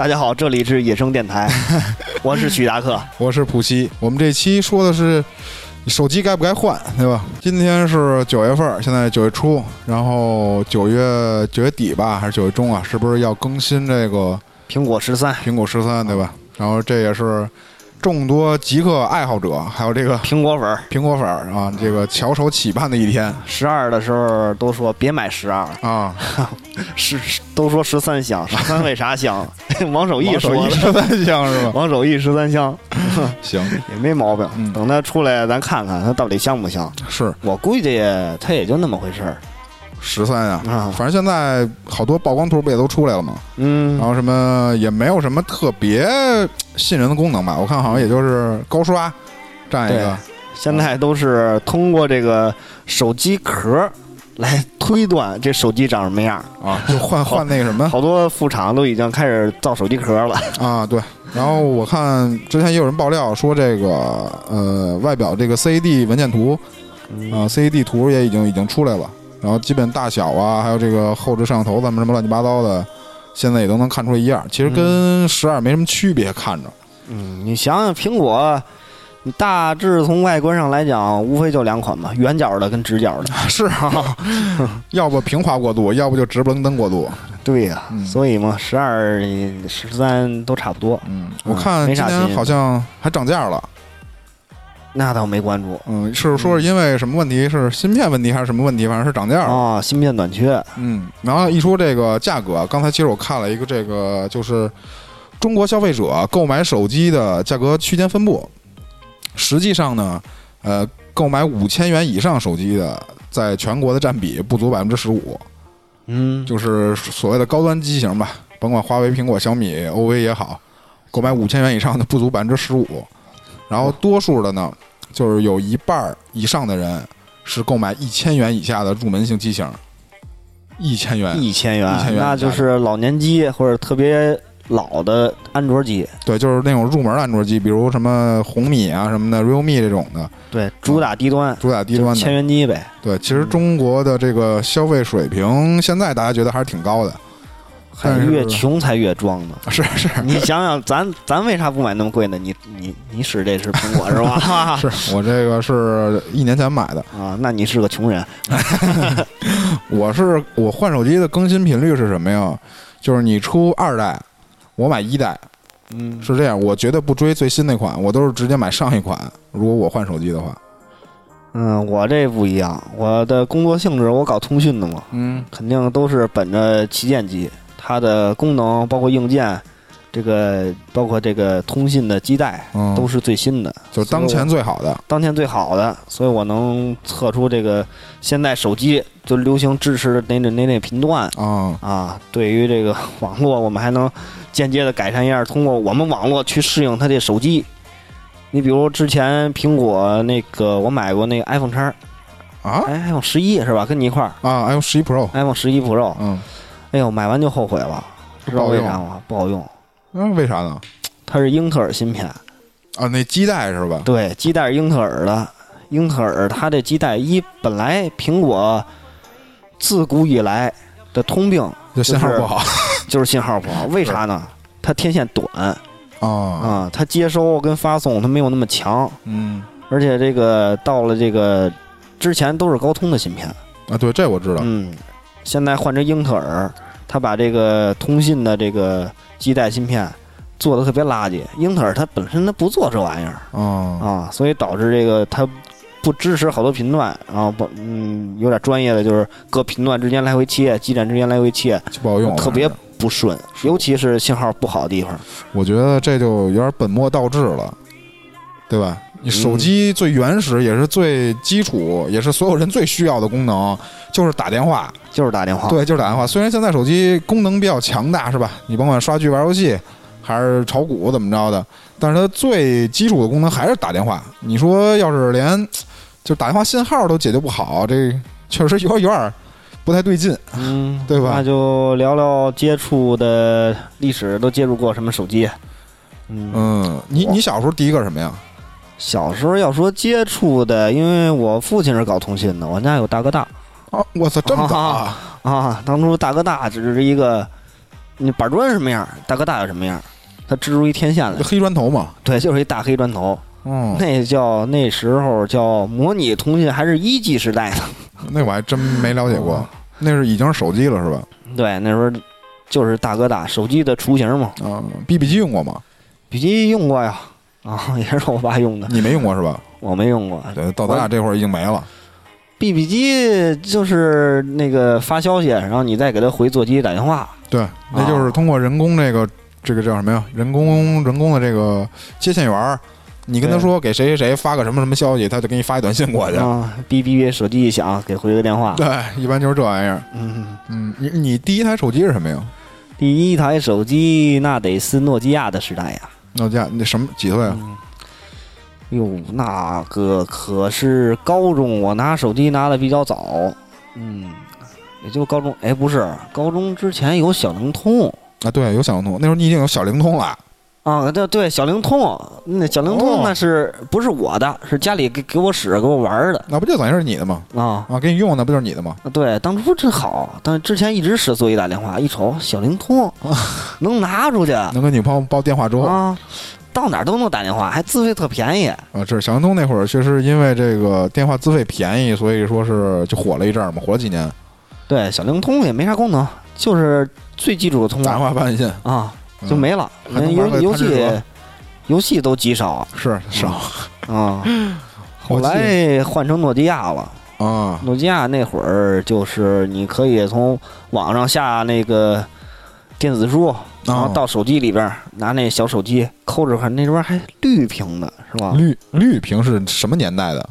大家好，这里是野生电台，我是许达克， 我是普西。我们这期说的是手机该不该换，对吧？今天是9月份，现在9月初，然后9月底吧，还是9月中啊？是不是要更新这个苹果13， 对吧？然后这也是众多极客爱好者，还有这个苹果粉啊，这个翘首企盼的一天。 12的时候都说别买12 啊， 都说13香，13为啥香？王守义说的 13香是吧？ 王守义13香， 行， 也没毛病。等他出来，咱看看他到底香不香。 是我估计他也就那么回事儿。 13呀，反正现在好多曝光图不也都出来了吗？然后什么也没有什么特别吸引人的功能吧，我看好像也就是高刷占一个。 现在都是通过这个手机壳来推断这手机长什么样啊，就换那个什么， 好多副厂都已经开始造手机壳了啊。对，然后我看之前也有人爆料说这个外表这个 CAD 文件图CAD 图也已经出来了。然后基本大小啊，还有这个后置摄像头咱们什么乱七八糟的，现在也都能看出来一样。其实跟12没什么区别，看着。 你想想苹果，你大致从外观上来讲，无非就2款嘛，圆角的跟直角的。 是啊，要不平滑过渡，要不就直不愣登过渡。 对呀，所以嘛，12、13都差不多。 我看今年好像还涨价了。 那倒没关注， 是说是因为什么问题？是芯片问题还是什么问题？反正是涨价了啊，芯片短缺。 然后一说这个价格，刚才其实我看了一个这个，就是中国消费者购买手机的价格区间分布。实际上呢，购买5000元以上手机的，在全国的占比不足15%。就是所谓的高端机型吧，甭管华为、苹果、小米、OV 也好，购买5000元以上的不足15%。然后多数的呢，就是有一半以上的人是购买1000元以下的入门型机型。1000元， 那就是老年机或者特别老的安卓机。 对，就是那种入门安卓机，比如什么红米啊什么的 ，realme 这种的。 对，主打低端的千元机呗。 对，其实中国的这个消费水平，现在大家觉得还是挺高的。 还越穷才越装呢。 是， 你想想，咱为啥不买那么贵呢？你使这是苹果是吧？ 是我这个是1年前买的啊，那你是个穷人。 我换手机的更新频率是什么呀？就是你出2代，我买1代。是这样，我绝对不追最新那款，我都是直接买上一款。如果我换手机的话。 我这不一样，我的工作性质我搞通讯的嘛，肯定都是本着旗舰机。它的功能包括硬件，这个包括这个通信的基带，都是最新的， 就是当前最好的。 所以我能测出这个现在手机就流行支持的那频段对于这个网络，我们还能间接的改善一下，通过我们网络去适应它这手机。你比如之前苹果那个我买过那个 iPhone X iPhone 11是吧？跟你一块儿 iPhone 11 Pro。 哎呦，买完就后悔了，知道为啥吗？不好用。 为啥呢？ 它是英特尔芯片那基带是吧？ 对，基带是英特尔的。英特尔它这基带本来苹果自古以来的通病就信号不好， 就是信号不好。为啥呢？它天线短它接收跟发送它没有那么强。而且这个到了这个之前都是高通的芯片对，这我知道。 现在换成英特尔，它把这个通信的这个基带芯片做的特别垃圾。英特尔它本身它不做这玩意儿所以导致这个它不支持好多频段，然后有点专业的就是各频段之间来回切，基站之间来回切， 就不好用， 特别不顺，尤其是信号不好的地方。 我觉得这就有点本末倒置了，对吧？你手机最原始也是最基础，也是所有人最需要的功能，就是打电话。 对， 就是打电话。虽然现在手机功能比较强大，是吧？你甭管刷剧、玩游戏，还是炒股怎么着的，但是它最基础的功能还是打电话。你说要是连就打电话信号都解决不好，这确实有点不太对劲，对吧？ 那就聊聊接触的历史，都接触过什么手机？ 你小时候第一个是什么呀？ 小时候要说接触的，因为我父亲是搞通信的，我家有大哥大。 我操，这么早当初大哥大只是一个你板砖什么样，大哥大有什么样，它植入一天线来。 黑砖头嘛。 对，就是一大黑砖头。那时候叫模拟通信，还是1G 时代呢。 那我还真没了解过。那是已经是手机了是吧？ 对，那时候就是大哥大手机的雏形嘛。 BB 机用过吗 ？BB 机用过呀。也是我爸用的。 你没用过是吧？ 我没用过。 对，到咱俩这会儿已经没了。 BB 机就是那个发消息，然后你再给他回座机打电话。 对，那就是通过人工这个叫什么呀？人工的这个接线员，你跟他说给谁谁谁发个什么什么消息，他就给你发一短信过去。 哔手机一响，给回个电话。 对，一般就是这玩意儿。你第一台手机是什么呀？ 第一台手机那得是诺基亚的时代呀。 诺基亚那什么几岁啊？ 那个可是高中，我拿手机拿的比较早。也就高中。不是，高中之前有小灵通啊。对，有小灵通。那时候你已经有小灵通了。 对，小灵通，那小灵通那是不是我的？是家里给我使，给我玩的。 那不就等于是你的吗？给你用，那不就是你的吗？ 对，当初真好，但之前一直是座机打电话，一瞅小灵通能拿出去， 能跟女朋友报电话之后到哪儿都能打电话，还资费特便宜。 这是小灵通那会儿，确实因为这个电话资费便宜，所以说是就火了一阵嘛，火了几年。 对，小灵通也没啥功能，就是最基础的通话、 打电话、发短信就没了。游戏都极少， 是少后来换成诺基亚了诺基亚那会儿就是你可以从网上下那个电子书，然后到手机里边拿那小手机抠着看，那边还绿屏的是吧？ 绿屏是什么年代的？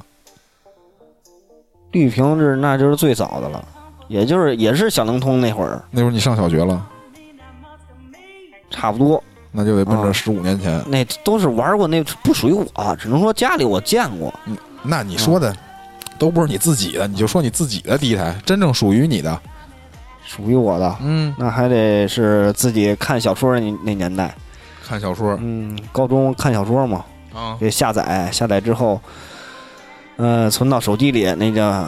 绿屏那就是最早的了，也是小灵通那会儿。 那会儿你上小学了？ 差不多， 那就得奔着15年前。 那都是玩过，那不属于我，只能说家里我见过。 那你说的都不是你自己的，你就说你自己的第一台，真正属于你的， 属于我的。那还得是自己看小说那年代。 看小说， 高中看小说嘛，给下载之后，存到手机里，那叫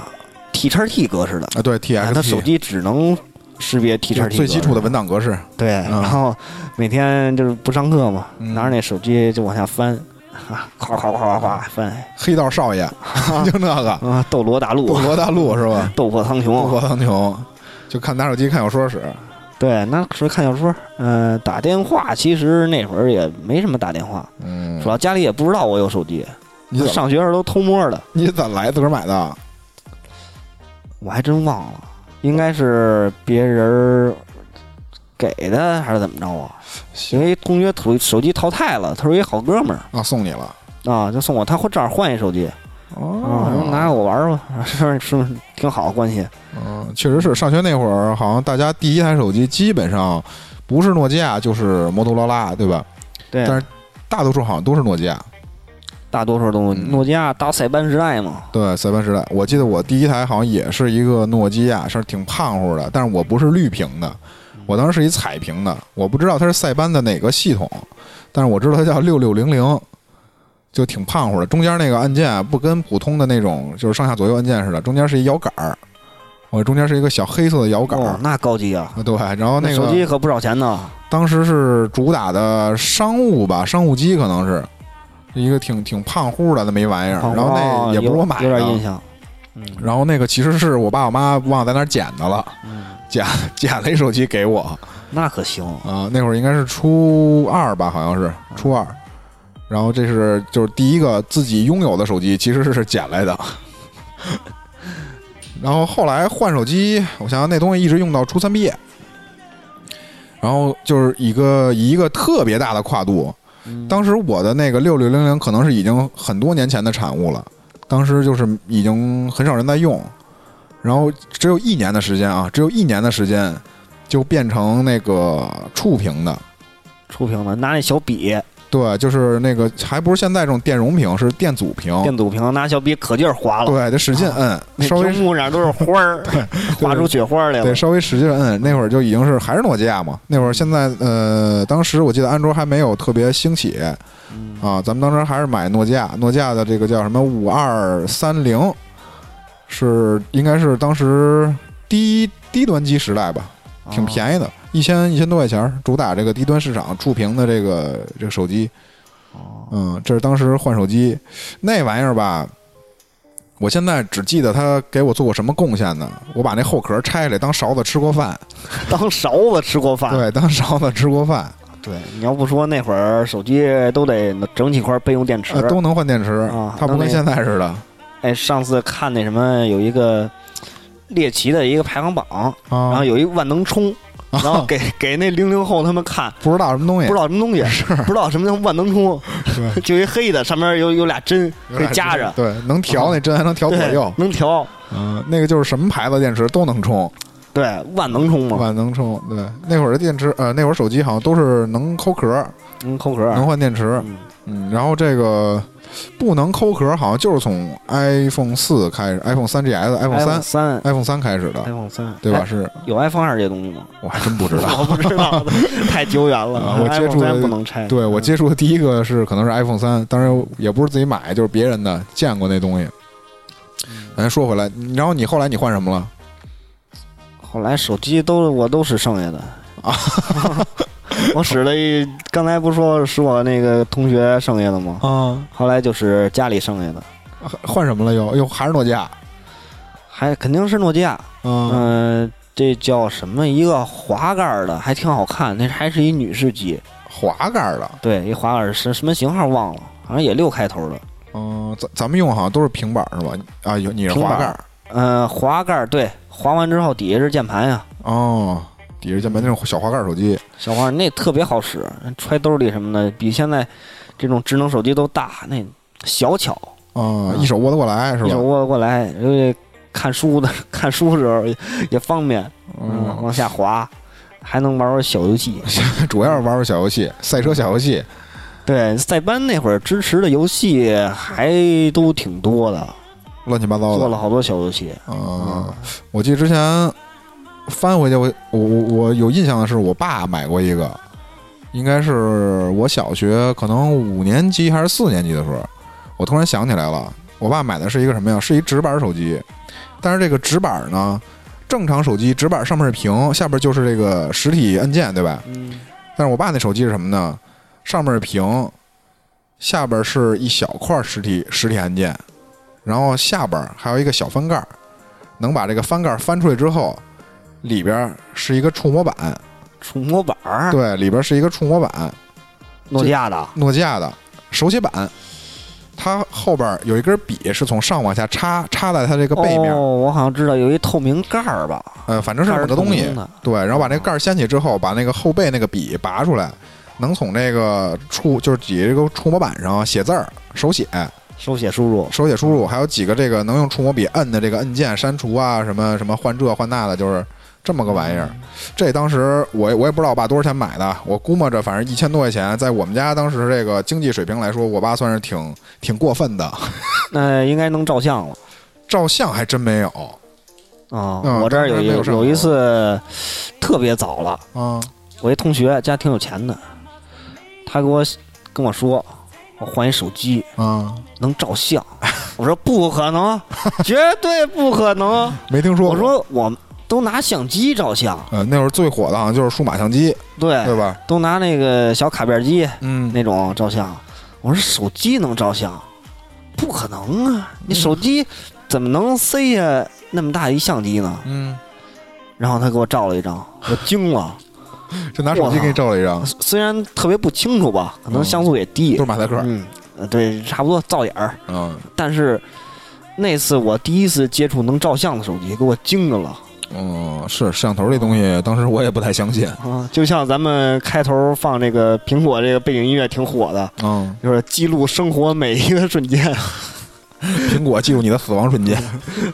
TXT 格式的对 TXT， 它手机只能识别 TXT 最基础的文档格式。 对，然后每天就是不上课嘛，拿着那手机就往下翻，夸翻。 黑道少爷就那个斗罗大陆是吧？ 斗破苍穹， 就看拿手机看小说使。 对，那时候看小说，打电话其实那会儿也没什么打电话，主要家里也不知道我有手机，上学时候都偷摸的。 你怎么来自个儿买的？ 我还真忘了。应该是别人给的还是怎么着啊？因为同学手机淘汰了，他说一好哥们儿送你了就送我，他正好换一手机拿我玩吧，是挺好的关系。 确实是上学那会儿，好像大家第一台手机基本上不是诺基亚就是摩托罗拉，对吧？ 对， 但是大多数好像都是诺基亚。 大多数都诺基亚到塞班时代嘛。 对，塞班时代，我记得我第一台好像也是一个诺基亚，是挺胖乎的，但是我不是绿屏的，我当时是一彩屏的，我不知道它是塞班的哪个系统，但是我知道它叫6600，就挺胖乎的，中间那个按键不跟普通的那种就是上下左右按键似的，中间是一摇杆儿，我中间是一个小黑色的摇杆儿， 那高级啊！ 对，然后那个手机可不少钱呢， 当时是主打的商务吧，商务机可能是。一个挺胖乎的那么一玩意儿，然后那也不是我买的， 有点印象。 然后那个其实是我爸我妈忘了在哪儿捡的了，捡了一手机给我。 那可行啊！那会儿应该是初2吧，好像是初2。然后这是就是第一个自己拥有的手机，其实是捡来的。然后后来换手机，我想想那东西一直用到初3毕业。然后就是以一个特别大的跨度。当时我的那个6600可能是已经很多年前的产物了，当时就是已经很少人在用，然后只有1年的时间就变成那个触屏的， 拿那小笔。 对，就是那个还不是现在这种电容屏，是电阻屏， 拿小笔可劲儿划了， 对，得使劲摁，稍微屏幕上都是花儿，画出雪花来了， 对，稍微使劲摁。那会儿就已经是还是诺基亚嘛，那会儿现在当时我记得安卓还没有特别兴起，咱们当时还是买诺基亚的这个叫什么5230，应该是当时低端机时代吧，挺便宜的。 1000多块钱，主打这个低端市场触屏的这个手机。这是当时换手机那玩意儿吧。我现在只记得他给我做过什么贡献呢？我把那后壳拆下来当勺子吃过饭， 当勺子吃过饭。 对，当勺子吃过饭。 对，你要不说那会儿手机都得整几块备用电池， 都能换电池啊，它不跟现在似的。 哎，上次看那什么有一个猎奇的一个排行榜，然后有一万能充。然后给那00后他们看， 不知道什么东西， 不知道什么东西，是不知道什么叫万能充，就一黑的，上面有俩针可以夹着， 对，能调那针还能调左右， 能调。 那个就是什么牌子电池都能充， 对，万能充嘛， 万能充。对，那会儿的电池，那会儿手机好像都是能抠壳， 能抠壳， 能换电池。然后这个不能抠壳，好像就是从 iPhone 4开始 ，iPhone 3GS、iPhone 3开始的 ，iPhone 3， 对吧？是有 iPhone 2这东西吗？ 我还真不知道， 我不知道，太久远了。 我接触的不能拆。 对，我接触的第一个是可能是 iPhone 3，当然也不是自己买，就是别人的，见过那东西。咱说回来，然后你后来你换什么了？ 后来手机我都是剩下的啊。我使了刚才不是我那个同学剩下的吗？后来就是家里剩下的。 换什么了又还是诺基亚？ 还肯定是诺基亚。这叫什么？一个滑盖的，还挺好看。那还是一女士机， 滑盖的。对， 一滑盖是什么型号忘了，好像也6开头的。 咱们用好像都是平板是吧？啊，你是滑盖？ 滑盖对，滑完之后底下是键盘呀。 底下键盘那种小滑盖手机， 小滑那特别好使，揣兜里什么的，比现在这种智能手机都大，那小巧一手握得过来是吧？ 一手握得过来，因为看书的时候也方便，往下滑，还能玩小游戏， 主要是玩小游戏，赛车小游戏。 对，塞班那会儿支持的游戏还都挺多的， 乱七八糟的， 做了好多小游戏。 我记得之前翻回去，我有印象的是，我爸买过一个，应该是我小学可能5年级还是4年级的时候，我突然想起来了，我爸买的是一个什么呀？是一直板手机，但是这个直板呢，正常手机直板上面是屏，下边就是这个实体按键，对吧？但是我爸那手机是什么呢？上面是屏，下边是一小块实体按键，然后下边还有一个小翻盖，能把这个翻盖翻出来之后，里边是一个触摸板。 触摸板？ 对，里边是一个触摸板， 诺基亚的手写板。它后边有一根笔是从上往下插在它这个背面。 我好像知道有一透明盖儿吧？ 反正是这么个东西。对，然后把那个盖掀起之后，把那个后背那个笔拔出来，能从那个就是底下这个触摸板上写字儿，手写输入，还有几个这个能用触摸笔摁的这个按键，删除啊，什么什么换这换那的，就是这么个玩意儿。这当时我也不知道我爸多少钱买的，我估摸着反正1000多块钱，在我们家当时这个经济水平来说，我爸算是挺过分的。 那应该能照相了？ 照相还真没有。 我这儿有一次特别早了。我一同学家挺有钱的，他跟我说，我换一手机，能照相。我说不可能，绝对不可能， 没听说过。 我说我都拿相机照相。 那会儿最火的好像就是数码相机，对吧？ 都拿那个小卡片机，那种照相。我说手机能照相，不可能啊！你手机怎么能塞下那么大一相机呢？然后他给我照了一张，我惊了。 就拿手机给你照了一张， 虽然特别不清楚吧，可能像素也低， 都是马赛克， 对，差不多造眼儿，但是那次我第一次接触能照相的手机，给我惊着了。 是摄像头这东西，当时我也不太相信就像咱们开头放这个苹果这个背景音乐挺火的，就是记录生活每一个瞬间， 苹果记录你的死亡瞬间，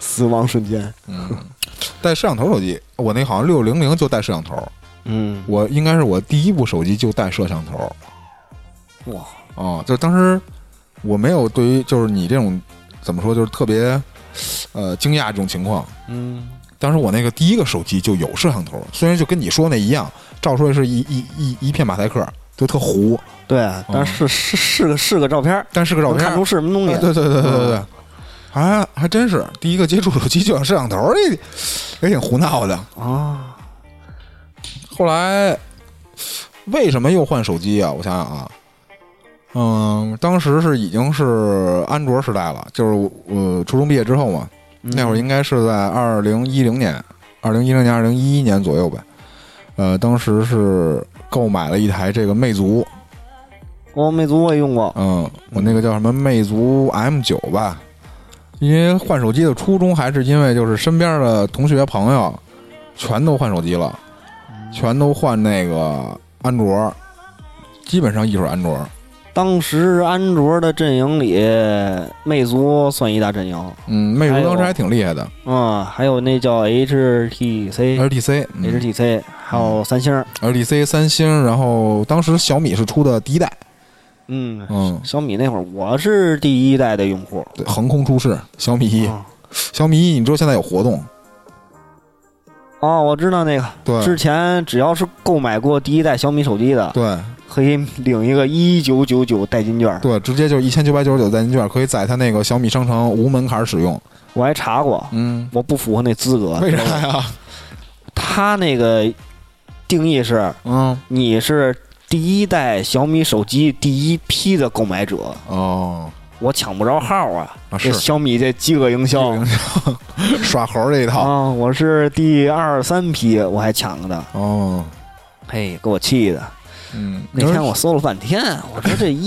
带摄像头手机，我那好像600就带摄像头。我应该是我第一部手机就带摄像头。哇！就当时我没有对于就是你这种怎么说就是特别惊讶这种情况。当时我那个第一个手机就有摄像头，虽然就跟你说那一样，照出来是一片马赛克，就特糊。 对，但是个照片， 但是个照片， 看出是什么东西。 对，还真是第一个接触手机就有摄像头，也挺胡闹的啊。 后来为什么又换手机啊？我想想啊。当时是已经是安卓时代了，就是初中毕业之后嘛，那会儿应该是在2010年、2011年左右呗。当时是购买了一台这个魅族。 魅族我也用过。 我那个叫什么魅族 M9 吧。因为换手机的初衷还是因为就是身边的同学朋友全都换手机了，全都换那个安卓，基本上一手安卓。当时安卓的阵营里，魅族算一大阵营。 魅族当时还挺厉害的。 还有那叫 HTC， 还有三星 ，HTC 三星，然后当时小米是出的第一代。 小米那会儿我是第一代的用户， 对，横空出世，小米一，小米一，你知道现在有活动？ 我知道那个， 对， 之前只要是购买过第一代小米手机的， 对， 可以领一个1999代金券， 对，直接就1999代金券，可以在他那个小米商城无门槛使用。 我还查过，我不符合那资格， 为啥呀？ 他那个定义是，你是第一代小米手机第一批的购买者。我抢不着号啊！这小米这饥饿营销， 耍猴这一套我是第2、3批，我还抢的。嘿，给我气的。那天我搜了半天，我说这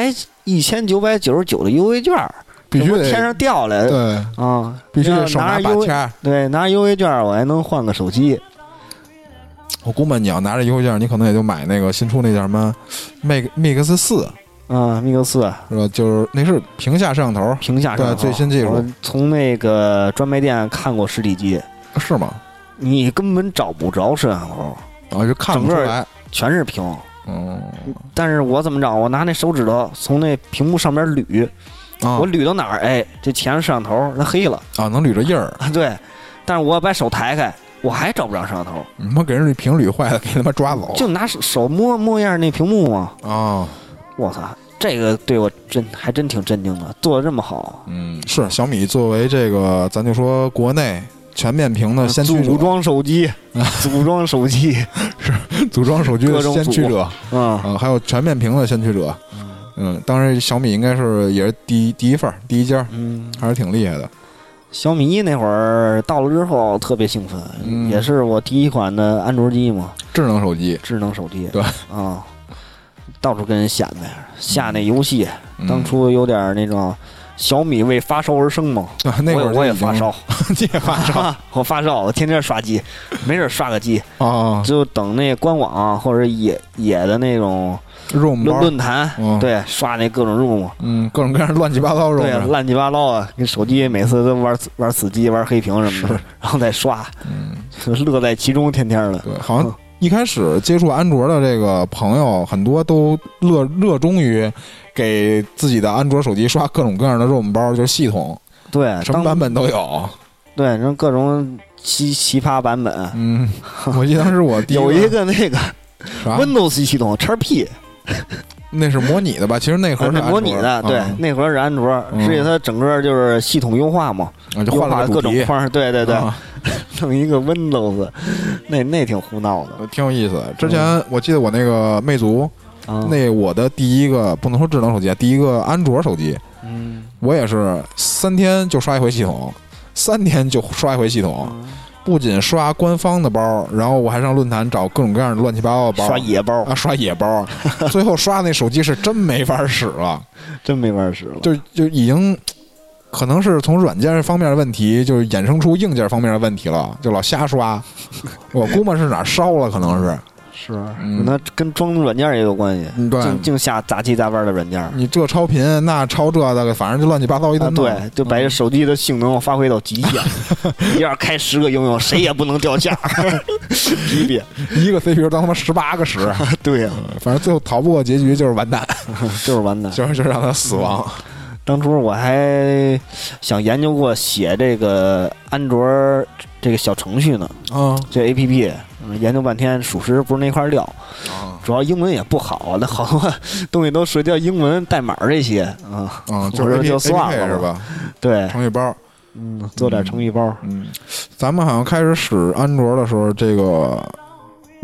1999的优惠券必须得天上掉来。 对必须得手拿把签。 对，拿优惠券我还能换个手机。 我估摸你要拿着优惠券，你可能也就买那个新出那叫什么 Mix 4。 Mix 4 是吧？就是那是屏下摄像头，对最新技术。 我从那个专卖店看过实体机， 是吗？ 你根本找不着摄像头， 就看不出来， 全是屏。但是我怎么着？我拿那手指头从那屏幕上面捋，我捋到哪儿，这前摄像头它黑了能捋着印儿。 对，但是我把手抬开，我还找不着摄像头。 你妈给人这屏捋坏了，给他妈抓走。 就拿手摸一下那屏幕嘛。我操，这个对我还真挺震惊的，做的这么好。 是小米作为这个咱就说国内全面屏的先驱者， 组装手机是组装手机的先驱者。还有全面屏的先驱者。当然小米应该也是第一份第一家。还是挺厉害的。 小米那会儿到了之后特别兴奋，也是我第一款的安卓机嘛， 智能手机。 对到处跟人显摆，下那游戏，当初有点那种小米为发烧而生嘛。 那会儿我也发烧， 你也发烧？ 我发烧，我天天刷机，没事刷个机就等那官网或者野的那种论坛，对，刷那各种 room， 各种各样乱七八糟 room， 对，乱七八糟啊！跟手机每次都玩死机、玩黑屏什么的，然后再刷，乐在其中，天天的。 对，好像一开始接触安卓的这个朋友，很多都热衷于给自己的安卓手机刷各种各样的 ROM 包，就是系统， 对， 什么版本都有。 对，然后各种奇葩版本。 我记得当时我有一个那个 Windows 系统 XP。 那是模拟的吧？其实内核是模拟的，对，内核是安卓，而且它整个就是系统优化嘛， 就换了各种框，对，弄一个 Windows， 那挺胡闹的， 挺有意思的。之前我记得我那个魅族，那我的第一个不能说智能手机，第一个安卓手机，我也是3天就刷一回系统，3天就刷一回系统。不仅刷官方的包，然后我还上论坛找各种各样的乱七八糟的包， 刷野包刷野包，最后刷那手机是真没法使了，就已经可能是从软件方面的问题，就是衍生出硬件方面的问题了，就老瞎刷。我估摸是哪烧了，可能是。 那跟装软件也有关系， 对， 净下杂七杂八的软件。 你这超频，那超这个，反正就乱七八糟一顿。 对，就把这手机的性能发挥到极限。一样开10个应用，谁也不能掉价。级别一个 CPU 当他妈18个使。 对呀， 反正最后逃不过结局就是完蛋，就是让他死亡。 当初我还想研究过写这个安卓这个小程序呢，这 APP。研究半天，属实不是那块料，主要英文也不好，那好多东西都涉及到英文代码这些就算了是吧？ 对， 程序包， 做点程序包。 咱们好像开始使安卓的时候，这个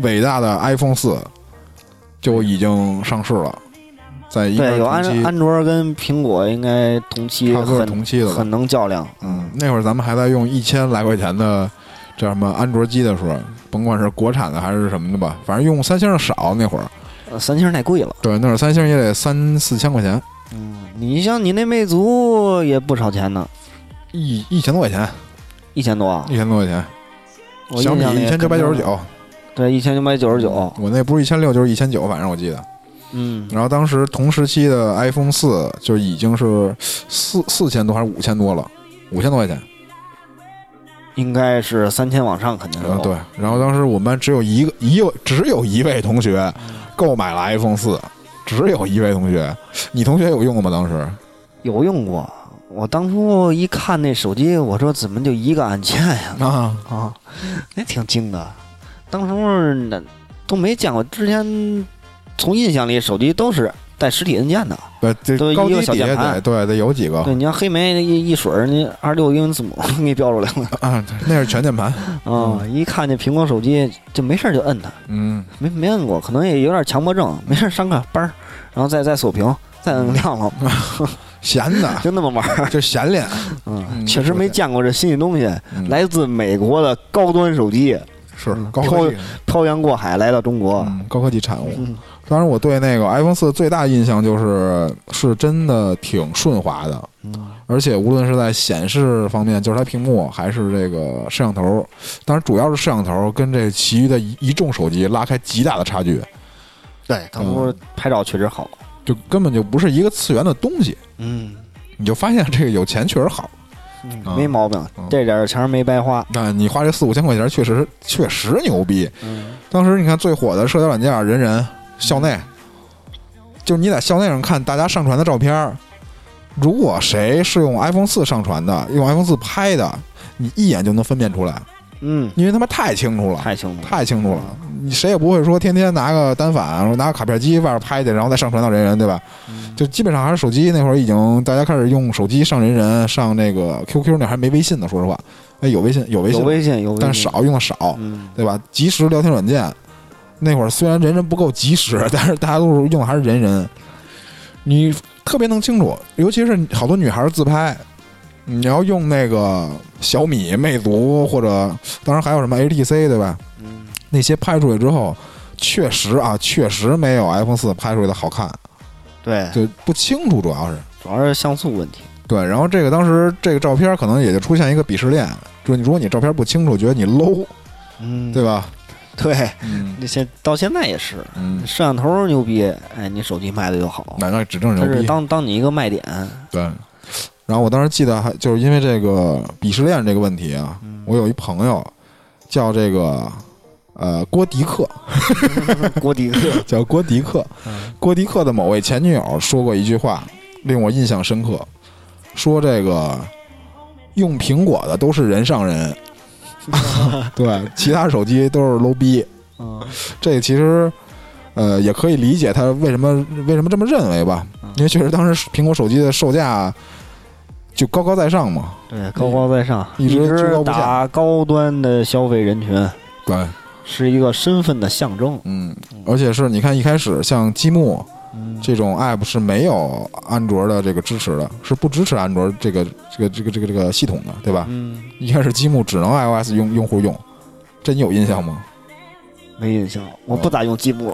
伟大的 iPhone 4就已经上市了，在一对有安卓跟苹果应该同期， 同期的很能较量。 那会儿咱们还在用1000来块钱的这什么安卓机的时候，甭管是国产的还是什么的吧，反正用三星的少那会儿。 三星太贵了。对， 那会儿三星也得3-4千块钱。 你像你那魅族也不少钱呢 ，1000多块钱 ，1000多 ，1000多块钱。小米1999， 对，1999。 我那不是1600就是1900，反正我记得。然后当时同时期的 iPhone 4就已经是4000多还是5000多了，5000多块钱。 应该是3000往上，肯定有。 对，然后当时我们班只有一位同学购买了 iPhone 4，只有一位同学。你同学有用过吗？当时有用过。我当初一看那手机，我说怎么就一个按键呀？那挺精的。当时都没见过，之前从印象里手机都是带实体按键的， 对， 都一个小键盘， 对，得有几个。 对，你像黑莓一水你26英文字母给你标出来了那是全键盘。 一看这苹果手机就没事就摁它，没摁过，可能也有点强迫症，没事上课班儿，然后再锁屏，再摁亮了。 闲的就那么玩， 就闲练。 确实没见过这新的东西，来自美国的高端手机， 是漂洋过海来到中国， 高科技产物。当然，我对那个 iPhone 4最大的印象是真的挺顺滑的，而且无论是在显示方面，就是它屏幕还是这个摄像头，当然主要是摄像头跟这其余的一众手机拉开极大的差距。 对，他们拍照确实好。 就根本就不是一个次元的东西，你就发现这个有钱确实好， 没毛病，这点钱没白花。 那你花这4-5千块钱确实牛逼。当时你看最火的社交软件人校内，就是你在校内上看大家上传的照片，如果谁是用 iPhone 4上传的，用 iPhone 4拍的，你一眼就能分辨出来。因为他妈太清楚了，太清楚了。你谁也不会说天天拿个单反，拿个卡片机外边拍去，然后再上传到人，对吧？就基本上还是手机。那会儿已经大家开始用手机上人，上那个 QQ， 那还没微信呢，说实话。有微信，但少用的少，对吧？即时聊天软件，那会儿虽然人不够及时，但是大家都是用的还是人。你特别能清楚，尤其是好多女孩自拍。你要用那个小米、魅族或者当然还有什么 HTC， 对吧？那些拍出来之后，确实没有 iPhone 4拍出来的好看。 对， 就不清楚，主要是像素问题。 对，然后当时这个照片可能也就出现一个鄙视链，就是如果你照片不清楚，觉得你 low，对吧？ 对，到现在也是，摄像头牛逼，你手机卖的就好， 那指正牛逼， 它是当你一个卖点。 对。然后我当时记得就是因为这个鄙视链这个问题啊，我有一朋友叫这个郭迪克，叫郭迪克。郭迪克的某位前女友说过一句话令我印象深刻，说这个用苹果的都是人上人，对，其他手机都是 low 逼。这个其实也可以理解他为什么这么认为吧，因为确实当时苹果手机的售价就高高在上嘛， 对，高高在上， 一直打高端的消费人群， 对， 是一个身份的象征。 而且是你看一开始像积木这种 app 是没有安卓的这个支持的，是不支持安卓这个系统的，对吧？一开始积木只能 iOS 用户用，这你有印象吗？ 没印象，我不咋用积木。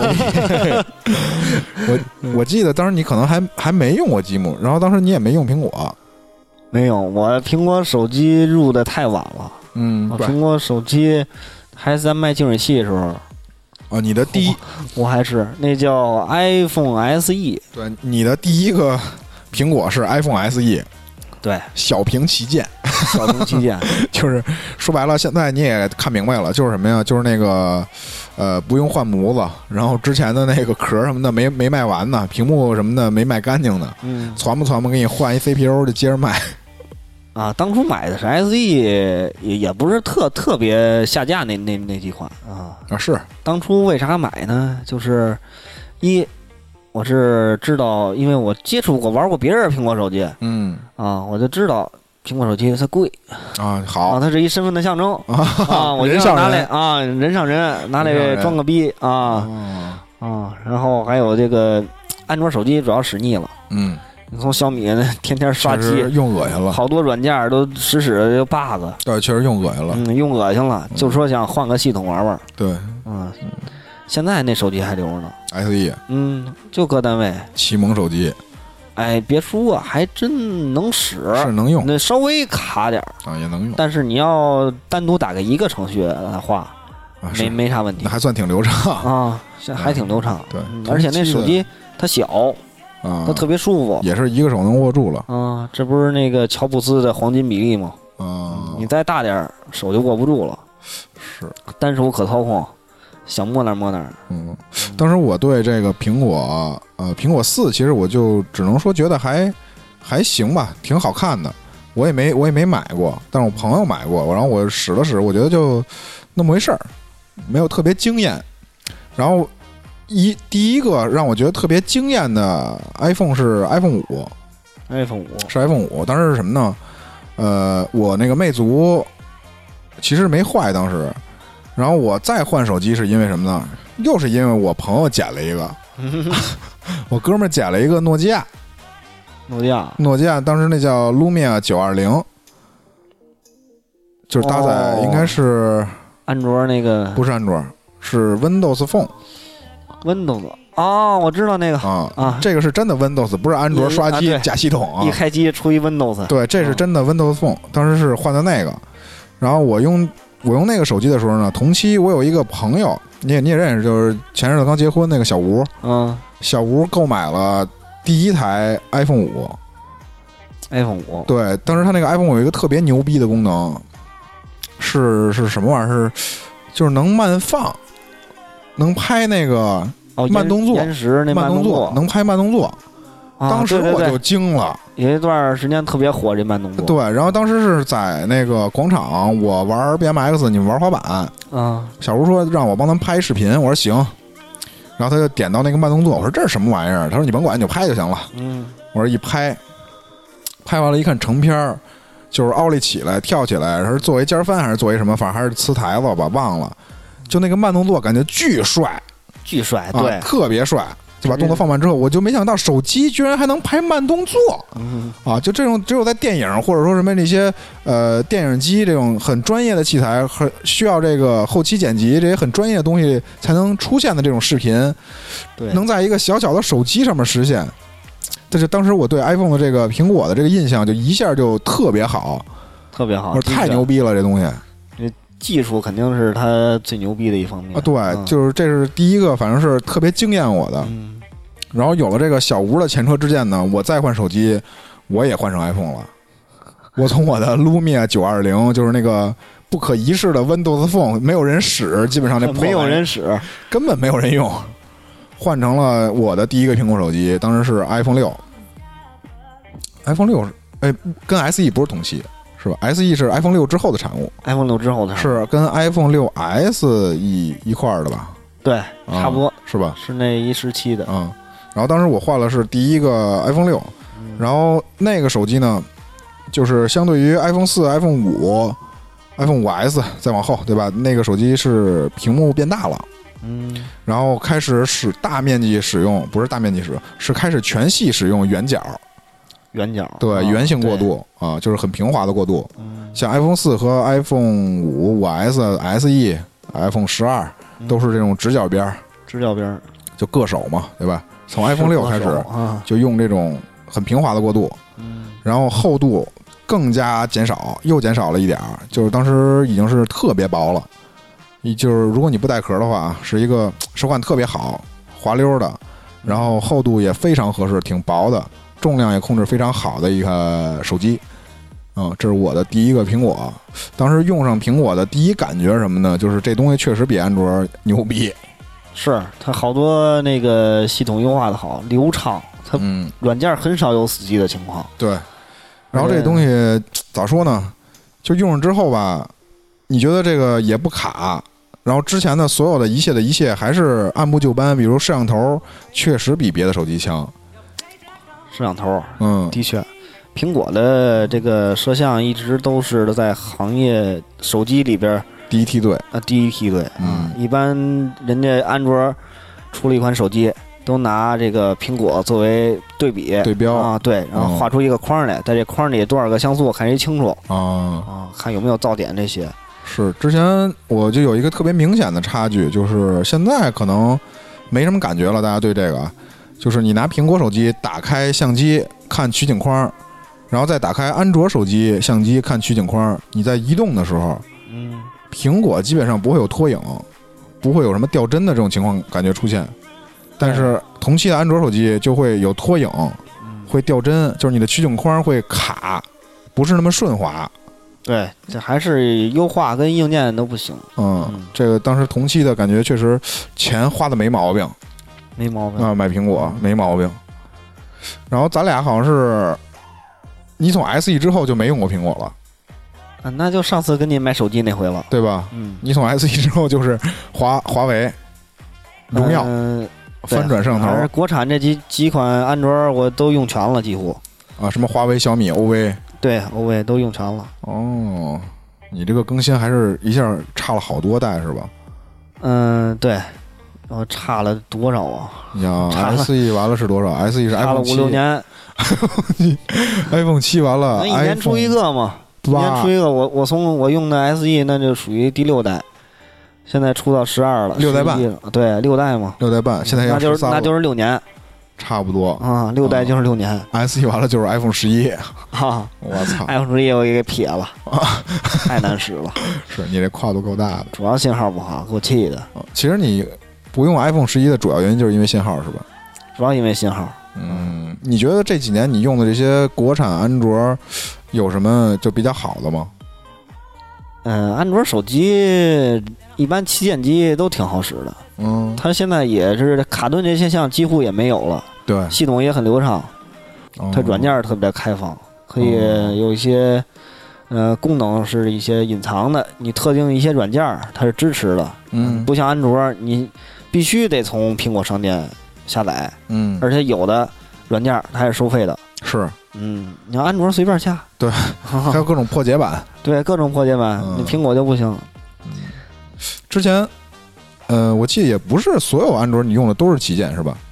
我记得当时你可能还没用过积木，然后当时你也没用苹果。 没有，我苹果手机入的太晚了。我苹果手机还是在卖净水器的时候。 你的第一， 我还是那叫 iPhone SE。 对，你的第一个苹果是 iPhone SE。 对， 小屏旗舰， 就是说白了，现在你也看明白了，就是什么呀？就是那个不用换模子，然后之前的那个壳什么的没卖完呢，屏幕什么的没卖干净呢，传不给你换一 CPU 就接着卖。 当初买的是 SE， 也不是特别下架那几款是当初为啥买呢？就是我是知道，因为我接触过玩过别人苹果手机，我就知道苹果手机它贵啊，好， 它是一身份的象征啊，我就拿来啊，人上人，拿来装个逼啊然后还有这个安卓手机主要使腻了，你从小米天天刷机用恶心了， 好多软件都使就 bug， 对，确实用恶心了， 用恶心了，就说想换个系统玩玩， 对， 现在那手机还留着呢 ，SE， 就搁单位， 启蒙手机。 哎，别说还真能使， 是能用， 那稍微卡点啊，也能用。 但是你要单独打开一个程序的话，没啥问题， 那还算挺流畅啊，还挺流畅。 对， 而且那手机它小它特别舒服， 也是一个手能握住了。 这不是那个乔布斯的黄金比例吗？你再大点手就握不住了。 是， 单手可操控。想摸哪摸哪。 当时我对这个苹果4，其实我就只能说觉得还行吧，挺好看的。我也没买过，但是我朋友买过，然后我使了使，我觉得就那么回事儿，没有特别惊艳。然后第一个让我觉得特别惊艳的 iPhone 是 iPhone 5，当时是什么呢？我那个魅族其实没坏，当时。然后我再换手机是因为什么呢？又是因为我朋友捡了一个，我哥们儿捡了一个诺基亚，当时那叫 Lumia 920，就是搭载应该是安卓那个， 不是安卓，是 Windows Phone。Windows 我知道那个这个是真的 Windows， 不是安卓刷机假系统一开机出一 Windows。 对，这是真的 Windows Phone， 当时是换的那个，然后我用那个手机的时候呢，同期我有一个朋友，你也认识，就是前阵子刚结婚那个小吴，小吴购买了第一台 iPhone 5，对，当时他那个 iPhone 有一个特别牛逼的功能，是什么玩意儿？就是能慢放，能拍那个慢动作，慢动作，能拍慢动作。当时我就惊了， 有一段时间特别火这慢动作。 对，然后当时是在那个广场，我玩 BMX， 你们玩滑板。小吴说让我帮他们拍视频，我说行。然后他就点到那个慢动作，我说这是什么玩意儿？他说你甭管，你就拍就行了。我说一拍完了，一看成片就是奥利起来、跳起来，是做一尖翻还是做一什么？反正还是呲台子吧，忘了。就那个慢动作，感觉巨帅， 对， 特别帅。就把动作放慢之后，我就没想到手机居然还能拍慢动作，就这种只有在电影或者说什么那些电影机这种很专业的器材，很需要这个后期剪辑这些很专业的东西才能出现的这种视频， 对， 能在一个小小的手机上面实现。这是当时我对 iPhone 的这个苹果的这个印象就一下就特别好，太牛逼了这东西。 技术肯定是它最牛逼的一方面对，就是这是第一个，反正是特别惊艳我的。然后有了这个小吴的前车之鉴呢，我再换手机，我也换成 iPhone 了。我从我的 Lumia 920，就是那个不可一世的 Windows Phone， 没有人使，基本上没有人使， 根本没有人用，换成了我的第一个苹果手机，当时是 iPhone 6。iPhone 6跟 SE 不是同期。是吧 ？SE 是 iPhone 6之后的产物 ，iPhone 6之后的是跟 iPhone 6S 一块儿的吧？ 对，差不多是吧？ 是那一时期的。 然后当时我换了是第一个 iPhone 6，然后那个手机呢，就是相对于 iPhone 4、iPhone 5、iPhone 5S 再往后，对吧？那个手机是屏幕变大了，然后开始大面积使用，不是大面积使用，是开始全系使用圆角。对，圆形过渡就是很平滑的过渡。像 iPhone 4和 iPhone 5、5S、SE、iPhone 12都是这种直角边，就各手嘛，对吧？从 iPhone 6开始就用这种很平滑的过渡，然后厚度更加减少，又减少了一点，就是当时已经是特别薄了。就是如果你不带壳的话，是一个手感特别好、滑溜的，然后厚度也非常合适，挺薄的。重量也控制非常好的一个手机，这是我的第一个苹果。当时用上苹果的第一感觉是什么呢？就是这东西确实比安卓牛逼， 是它好多那个系统优化的好，流畅，它软件很少有死机的情况。 对，然后这东西咋说呢？就用上之后吧，你觉得这个也不卡，然后之前的所有的一切还是按部就班，比如摄像头确实比别的手机强。 摄像头，的确， 苹果的这个摄像一直都是在行业手机里边第一梯队第一梯队。一般人家安卓出了一款手机，都拿这个苹果作为对标啊，对，然后画出一个框来，在这框里多少个像素看谁清楚看有没有噪点这些。 是，之前我就有一个特别明显的差距，就是现在可能没什么感觉了，大家对这个，就是你拿苹果手机打开相机看取景框，然后再打开安卓手机相机看取景框，你在移动的时候，苹果基本上不会有拖影，不会有什么掉帧的这种情况感觉出现，但是同期的安卓手机就会有拖影，会掉帧，就是你的取景框会卡，不是那么顺滑。 对，这还是优化跟硬件都不行。 这个当时同期的感觉确实钱花的没毛病啊，买苹果没毛病。然后咱俩好像是你从 SE 之后就没用过苹果了。 那就上次跟你买手机那回了， 对吧？你从 SE 之后就是华为、荣耀翻转摄像头。 国产这几款安卓我都用全了，几乎啊，什么华为、小米、OV。 对 ，OV 都用全了。 你这个更新还是一下差了好多代是吧？ 对，差了多少啊？ 你想 SE 完了是多少 ？SE 是 iPhone 7，差了5-6年。 iPhone 7完了， 一年出一个嘛，一年出一个。我用的 SE 那就属于第6代，现在出到12了，6 代半。 对，6代嘛，6 代半，现在要13了， 那就是6年。 差不多 6代就是6年。 SE 完了就是 iPhone 11我操 ！iPhone 11我给撇了，太难使了。 是你这跨度够大的， 主要信号不好，给我气的。 其实你不用 iPhone 11的主要原因就是因为信号是吧？ 主要因为信号。 你觉得这几年你用的这些国产安卓有什么就比较好的吗？ 安卓手机一般旗舰机都挺好使的。它现在也是卡顿这现象几乎也没有了。 对， 系统也很流畅。它软件特别开放，可以有一些功能是一些隐藏的，你特定一些软件它是支持的。不像安卓，你必须得从苹果商店下载。而且有的软件它还是收费的。 是。 你要安卓随便下。 对，还有各种破解版。 对，各种破解版，你苹果就不行。 之前，我记得也不是所有安卓你用的都是旗舰是吧？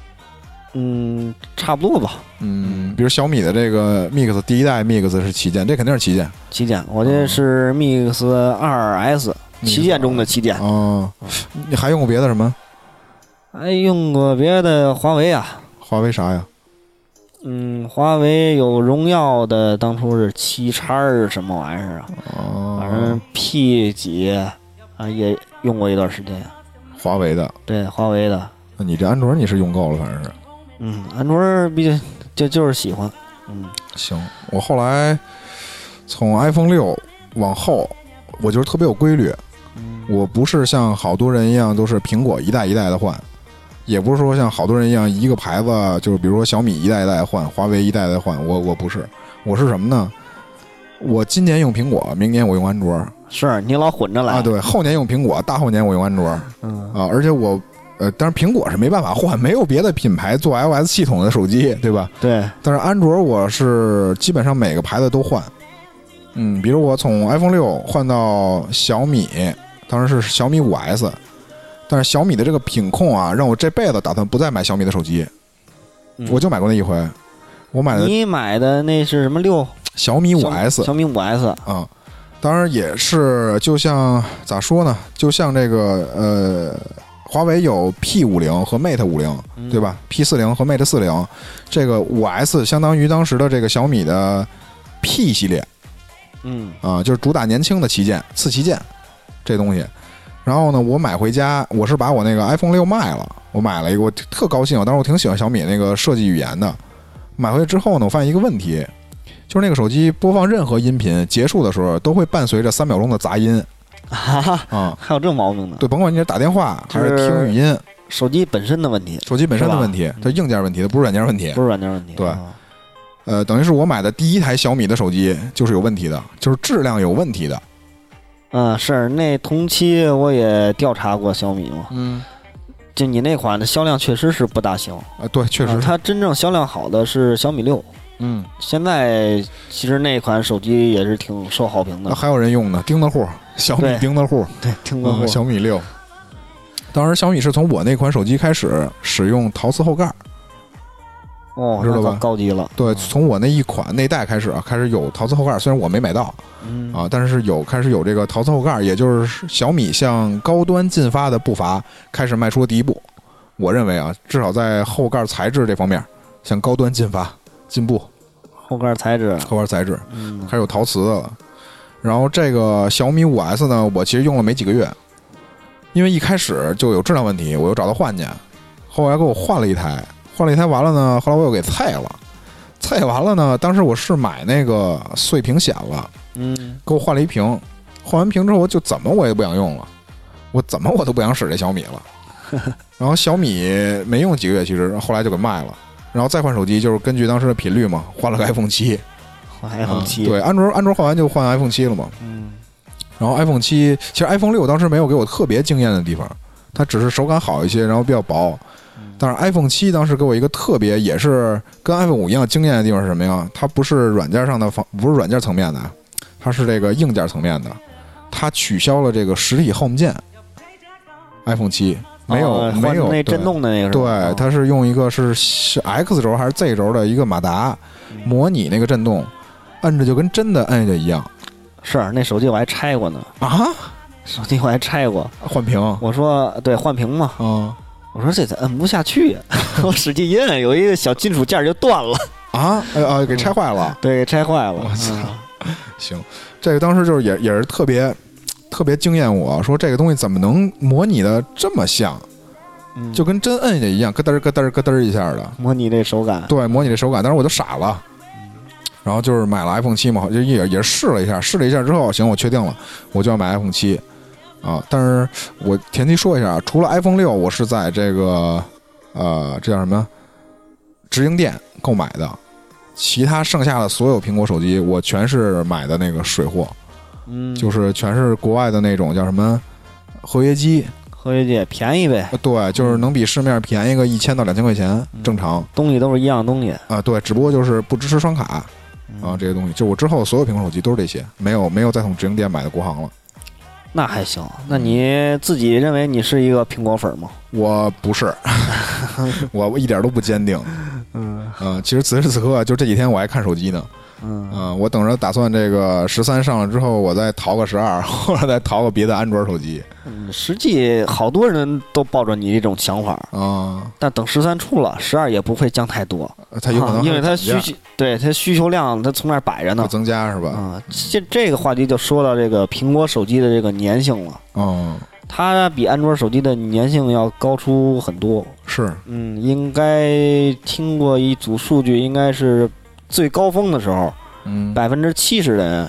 差不多吧。 比如小米的这个 Mix 第1代 Mix 是旗舰，这肯定是旗舰。 旗舰，我这是 Mix 2S，旗舰中的旗舰。 你还用过别的什么？ 还用过别的华为啊。 华为啥呀？ 华为有荣耀的，当初是7X什么玩意儿啊？反正 P 几也用过一段时间。 华为的。对， 华为的。 那你这安卓你是用够了，反正是。 安卓毕竟就是喜欢。 行，我后来从 iPhone 6往后，我就是特别有规律。我不是像好多人一样都是苹果一代一代的换。也不是说像好多人一样一个牌子，就是比如说小米一代一代换，华为一代一代换，我不是，我是什么呢？我今年用苹果，明年我用安卓。 是你老混着来对，后年用苹果，大后年我用安卓。而且我当然苹果是没办法换，没有别的品牌做 iOS 系统的手机，对吧？ 对。 但是安卓我是基本上每个牌子都换。比如我从 iPhone 6换到小米，当时是小米5S。但是小米的这个品控让我这辈子打算不再买小米的手机。我就买过那一回。我买的。 你买的那是什么6？ 小米5S。 小米5S。 当然也是，就像咋说呢？就像这个华为有 P50和 Mate 50，对吧？P40和 Mate 40，这个5S相当于当时的这个小米的 P 系列。就是主打年轻的旗舰、次旗舰这东西。然后呢，我买回家，我是把我那个 iPhone 6卖了，我买了一个，我特高兴，当时我挺喜欢小米那个设计语言的。买回去之后呢，我发现一个问题，就是那个手机播放任何音频结束的时候，都会伴随着3秒钟的杂音。 还有这毛病呢？ 对，甭管你是打电话还是听语音， 手机本身的问题。 手机本身的问题，它硬件问题，它不是软件问题。 不是软件问题。 对，等于是我买的第1台小米的手机就是有问题的，就是质量有问题的。 是那同期我也调查过小米嘛。就你那款的销量确实是不大行。 对，确实。 它真正销量好的是小米6。 现在其实那款手机也是挺受好评的， 还有人用呢，钉子户，小米钉子户， 对，钉子户， 小米6。当时小米是从我那款手机开始使用陶瓷后盖，知道吧？ 高级了。 对，从我那一款那代开始开始有陶瓷后盖，虽然我没买到，但是开始有这个陶瓷后盖，也就是小米向高端进发的步伐开始迈出了第一步。我认为至少在后盖材质这方面向高端进步。 后盖材质， 开始有陶瓷的了。然后这个小米5S 呢，我其实用了没几个月。因为一开始就有质量问题，我又找他换去，后来给我换了一台完了呢，后来我又给菜完了呢，当时我是买那个碎屏显了，给我换了一屏，换完屏之后我就怎么我也不想用了，我怎么我都不想使这小米了，然后小米没用几个月，其实后来就给卖了，然后再换手机就是根据当时的频率嘛，换了个 iPhone 7，对，安卓换完就换 iPhone 7了嘛，然后 iPhone 7，其实 iPhone 6当时没有给我特别惊艳的地方，它只是手感好一些，然后比较薄。但是 iPhone 7当时给我一个特别，也是跟 iPhone 5一样惊艳的地方是什么呀？它不是软件上的不是软件层面的，它是这个硬件层面的。它取消了这个实体 Home 键。iPhone 7没有那震动的那个， 对，它是用一个是 X 轴还是 Z 轴的一个马达模拟那个震动，摁着就跟真的摁着一样。 是那手机我还拆过呢手机我还拆过， 换屏。 我说对，换屏嘛。我说这摁不下去，我使劲一摁，有一个小金属件就断了给拆坏了。 对，给拆坏了。 我操！行，这个当时就是也是特别惊艳我，说这个东西怎么能模拟的这么像，就跟真摁下一样，咯噔咯噔咯噔一下的模拟这手感。 对，模拟这手感，当时我就傻了。然后就是买了 iPhone 7嘛，就也试了一下之后，行，我确定了，我就要买 iPhone 7但是我前提说一下，除了 iPhone 6，我是在这个这叫什么直营店购买的，其他剩下的所有苹果手机，我全是买的那个水货，就是全是国外的那种叫什么合约机便宜呗。 对，就是能比市面便宜个1000到2000块钱，正常。 东西都是一样东西对，只不过就是不支持刷卡这些东西。就我之后所有苹果手机都是这些，没有再从直营店买的国行了。 那还行。那你自己认为你是一个苹果粉吗？ 我不是，我一点都不坚定。其实此时此刻就这几天我还看手机呢。我等着打算这个13上了之后，我再淘个12，或者再淘个别的安卓手机。 实际好多人都抱着你这种想法但等13出了，12也不会降太多。 它有可能因为它需求量它从那儿摆着呢， 增加是吧？ 这个话题就说到这个苹果手机的这个粘性了。它比安卓手机的粘性要高出很多。 是， 应该听过一组数据，应该是最高峰的时候，70%的人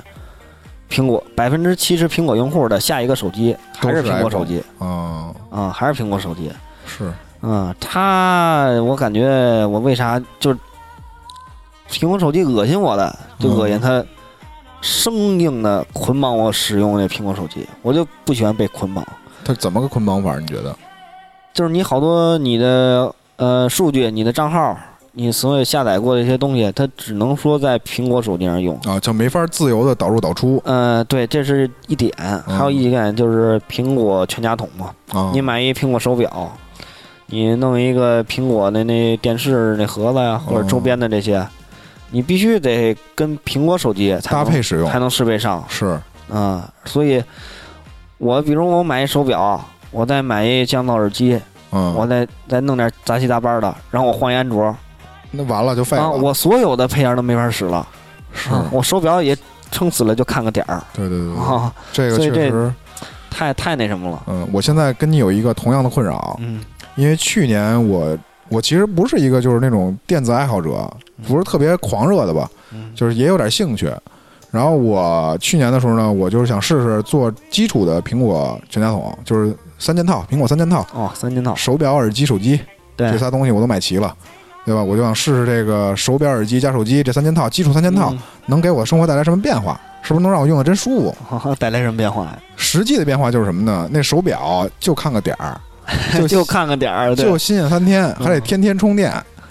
70%苹果用户的下一个手机还是苹果手机。还是苹果手机。 是。 我感觉我为啥就是苹果手机恶心我的，就恶心它生硬的捆绑我使用这苹果手机，我就不喜欢被捆绑。 它怎么个捆绑法？你觉得？ 就是你好多你的数据、你的账号、你所有下载过的一些东西，它只能说在苹果手机上用就没法自由的导入导出。 对，这是一点。还有一点就是苹果全家桶嘛。你买一苹果手表，你弄一个苹果的那电视那盒子呀，或者周边的这些，你必须得跟苹果手机搭配使用， 才能适配上。 是。 所以比如我买一手表，我再买一降噪耳机，我再弄点杂七杂八的，然后我换一安卓， 那完了就废了。 我所有的配件都没法使了。 是。 我手表也撑死了就看个点儿。 对。这个确实太那什么了。 我现在跟你有一个同样的困扰。因为去年我其实不是一个就是那种电子爱好者，不是特别狂热的吧，就是也有点兴趣。然后我去年的时候呢，我就是想试试做基础的苹果全家桶，就是3件套，苹果3件套。 3件套， 手表、耳机、手机， 对， 这仨东西我都买齐了，对吧？我就想试试这个手表、耳机加手机这3件套，基础3件套能给我的生活带来什么变化？是不是能让我用的真舒服？ 带来什么变化呀？ 实际的变化就是什么呢？那手表就看个点儿。 就看个点儿， 就新鲜3天，还得天天充电，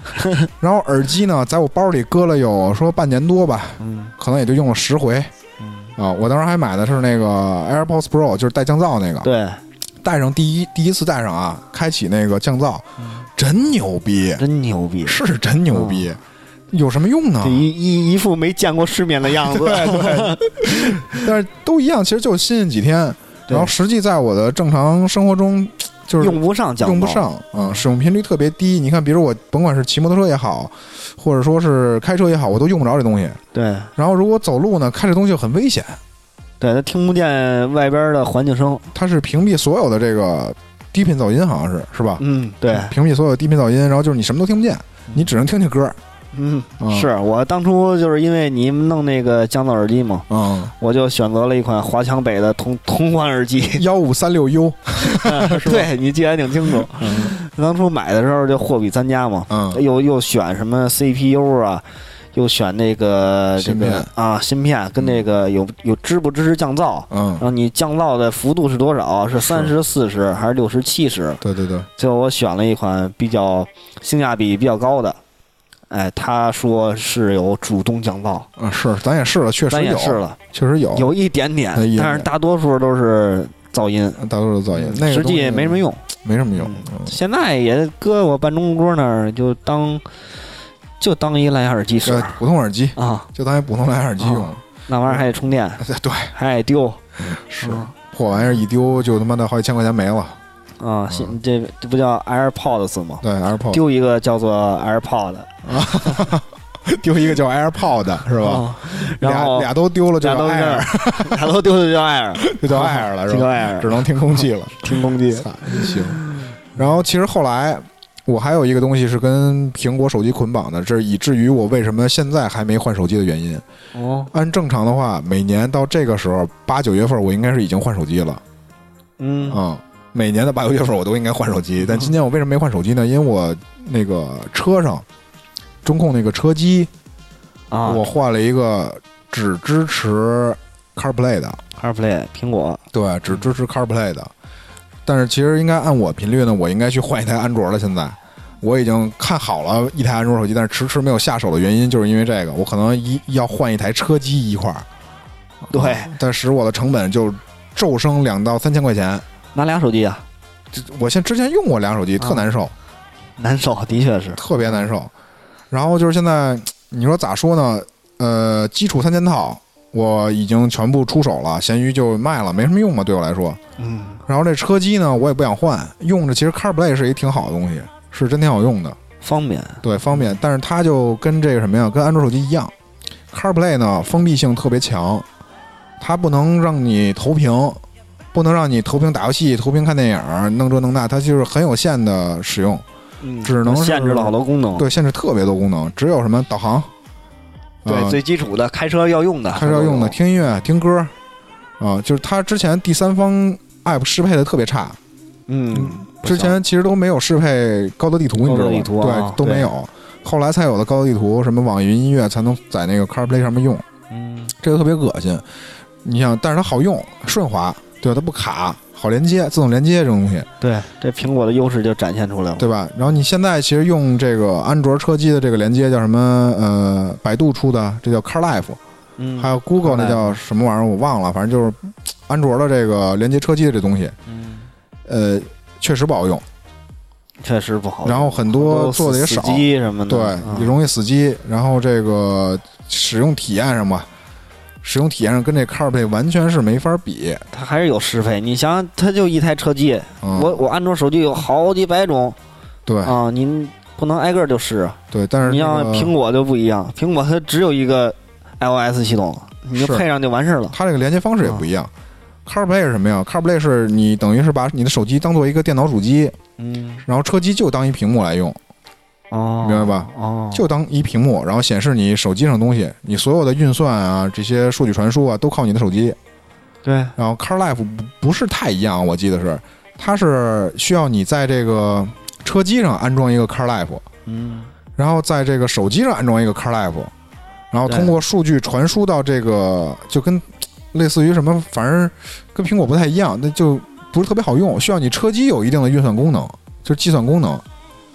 然后耳机呢，在我包里搁了有说半年多吧，可能也就用了10回。我当时还买的是那个 AirPods Pro， 就是带降噪那个。 对， 戴上第一次戴上啊，开启那个降噪，真牛逼， 真牛逼， 是真牛逼。有什么用呢？ 一副没见过世面的样子。 对，但是都一样，其实就新鲜几天。然后实际在我的正常生活中，就是用不上降噪， 用不上使用频率特别低。你看，比如我甭管是骑摩托车也好，或者说是开车也好，我都用不着这东西。 对。 然后如果走路呢，开这东西就很危险。 对，它听不见外边的环境声， 它是屏蔽所有的这个低频噪音，好像是吧？ 对， 屏蔽所有低频噪音，然后就是你什么都听不见，你只能听听歌。 是我当初就是因为你弄那个降噪耳机嘛，我就选择了一款华强北的同款耳机 1536U， 对，你记得还挺清楚。当初买的时候就货比三家嘛，又选什么 CPU 啊，又选那个芯片跟那个有支不支持降噪，然后你降噪的幅度是多少？是30、40还是60、70？ 对。 最后我选了一款比较性价比比较高的。他说是有主动降噪， 是，咱也试了，确实有一点点，但是大多数都是噪音， 那个实际也没什么用，现在也搁我办公桌那儿，就当一蓝牙耳机使， 普通耳机啊，就当一普通蓝牙耳机用。 那玩意儿还得充电， 对， 还得丢， 是破玩意儿一丢就他妈的好几千块钱没了。 这不叫 AirPods 吗？ 对 ，AirPods 丢一个叫做 AirPod， 丢一个叫 AirPod 是吧？ 然后俩都丢了，就叫 Air， 俩都丢了就叫 Air， 就叫 Air 了，是吧？ 叫 Air， 只能听空气了， 听空气。 行。然后其实后来我还有一个东西是跟苹果手机捆绑的，这以至于我为什么现在还没换手机的原因。按正常的话，每年到这个时候8、9月份，我应该是已经换手机了。每年的8、9月份我都应该换手机，但今年我为什么没换手机呢？因为我那个车上中控那个车机我换了一个只支持 CarPlay 的苹果， 对，只支持 CarPlay 的。但是其实应该按我频率呢，我应该去换一台安卓了。现在我已经看好了一台安卓手机，但是迟没有下手的原因就是因为这个，我可能要换一台车机一块儿。 对， 但使我的成本就骤升2到3千块钱。 拿俩手机啊？ 我之前用过俩手机，特难受， 的确是特别难受。然后就是现在，你说咋说呢？基础3件套我已经全部出手了，闲鱼就卖了，没什么用嘛，对我来说。然后这车机呢，我也不想换，用着其实 CarPlay 是一挺好的东西，是真挺好用的， 方便。 对，方便。但是它就跟这个什么呀，跟安卓手机一样 ，CarPlay 呢封闭性特别强，它不能让你投屏。不能让你投屏打游戏、投屏看电影、弄这弄那，它就是很有限的使用，只能限制了好多功能。 对，限制特别多功能，只有什么导航， 对，最基础的开车要用的， 听音乐、听歌，就是它之前第三方 App 适配的特别差，之前其实都没有适配高德地图，你知道吗？对，都没有，后来才有的高德地图，什么网易云音乐才能在那个 CarPlay 上面用，这个特别恶心。你想，但是它好用、顺滑。对，它不卡，好连接，自动连接这种东西。 对，这苹果的优势就展现出来了， 对吧？然后你现在其实用这个安卓车机的这个连接叫什么？百度出的，这叫 CarLife，还有 Google 那叫什么玩意儿我忘了，反正就是安卓的这个连接车机的这东西，确实不好用， 确实不好用。 然后很多做的也少， 死机什么的， 对，也容易死机。然后这个使用体验上吧。使用体验上跟这 CarPlay 完全是没法比， 它还是有适配。你想，它就一台车机，我安卓手机有好几百种， 对啊，你不能挨个就试。 对，但是你像苹果就不一样，苹果它只有一个 iOS 系统，你就配上就完事了。 它这个连接方式也不一样。CarPlay 是什么呀 ？CarPlay 是你等于是把你的手机当做一个电脑主机，然后车机就当一屏幕来用。明白吧？就当一屏幕，然后显示你手机上的东西，你所有的运算啊，这些数据传输啊，都靠你的手机。 对。 然后 CarLife 不是太一样，我记得是，它是需要你在这个车机上安装一个 CarLife，然后在这个手机上安装一个 CarLife，然后通过数据传输到这个，就跟类似于什么，反正跟苹果不太一样，那就不是特别好用，需要你车机有一定的运算功能，就是计算功能。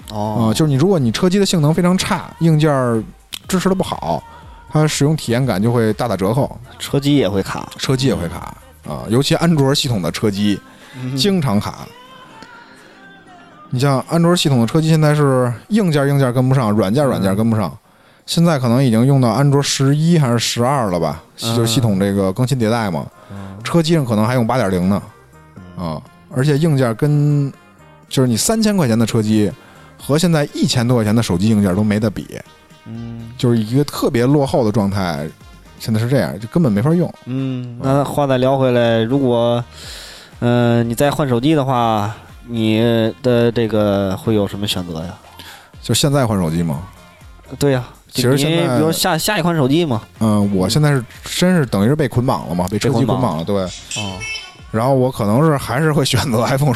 就是你如果你车机的性能非常差，硬件支持的不好，它使用体验感就会大打折扣， 车机也会卡， 尤其安卓系统的车机经常卡。你像安卓系统的车机现在是硬件跟不上，软件跟不上，现在可能已经用到安卓11还是12了吧，就是系统这个更新迭代嘛，车机上可能还用8.0呢，而且硬件跟就是你3000块钱的车机和现在1000多块钱的手机硬件都没得比，就是一个特别落后的状态，现在是这样，就根本没法用。 那话再聊回来，如果你再换手机的话，你的这个会有什么选择呀？ 就现在换手机吗？ 对呀， 其实现在比如下一款手机嘛。 我现在真是等于是被捆绑了嘛，被车机捆绑了，对。然后我可能还是会选择 iPhone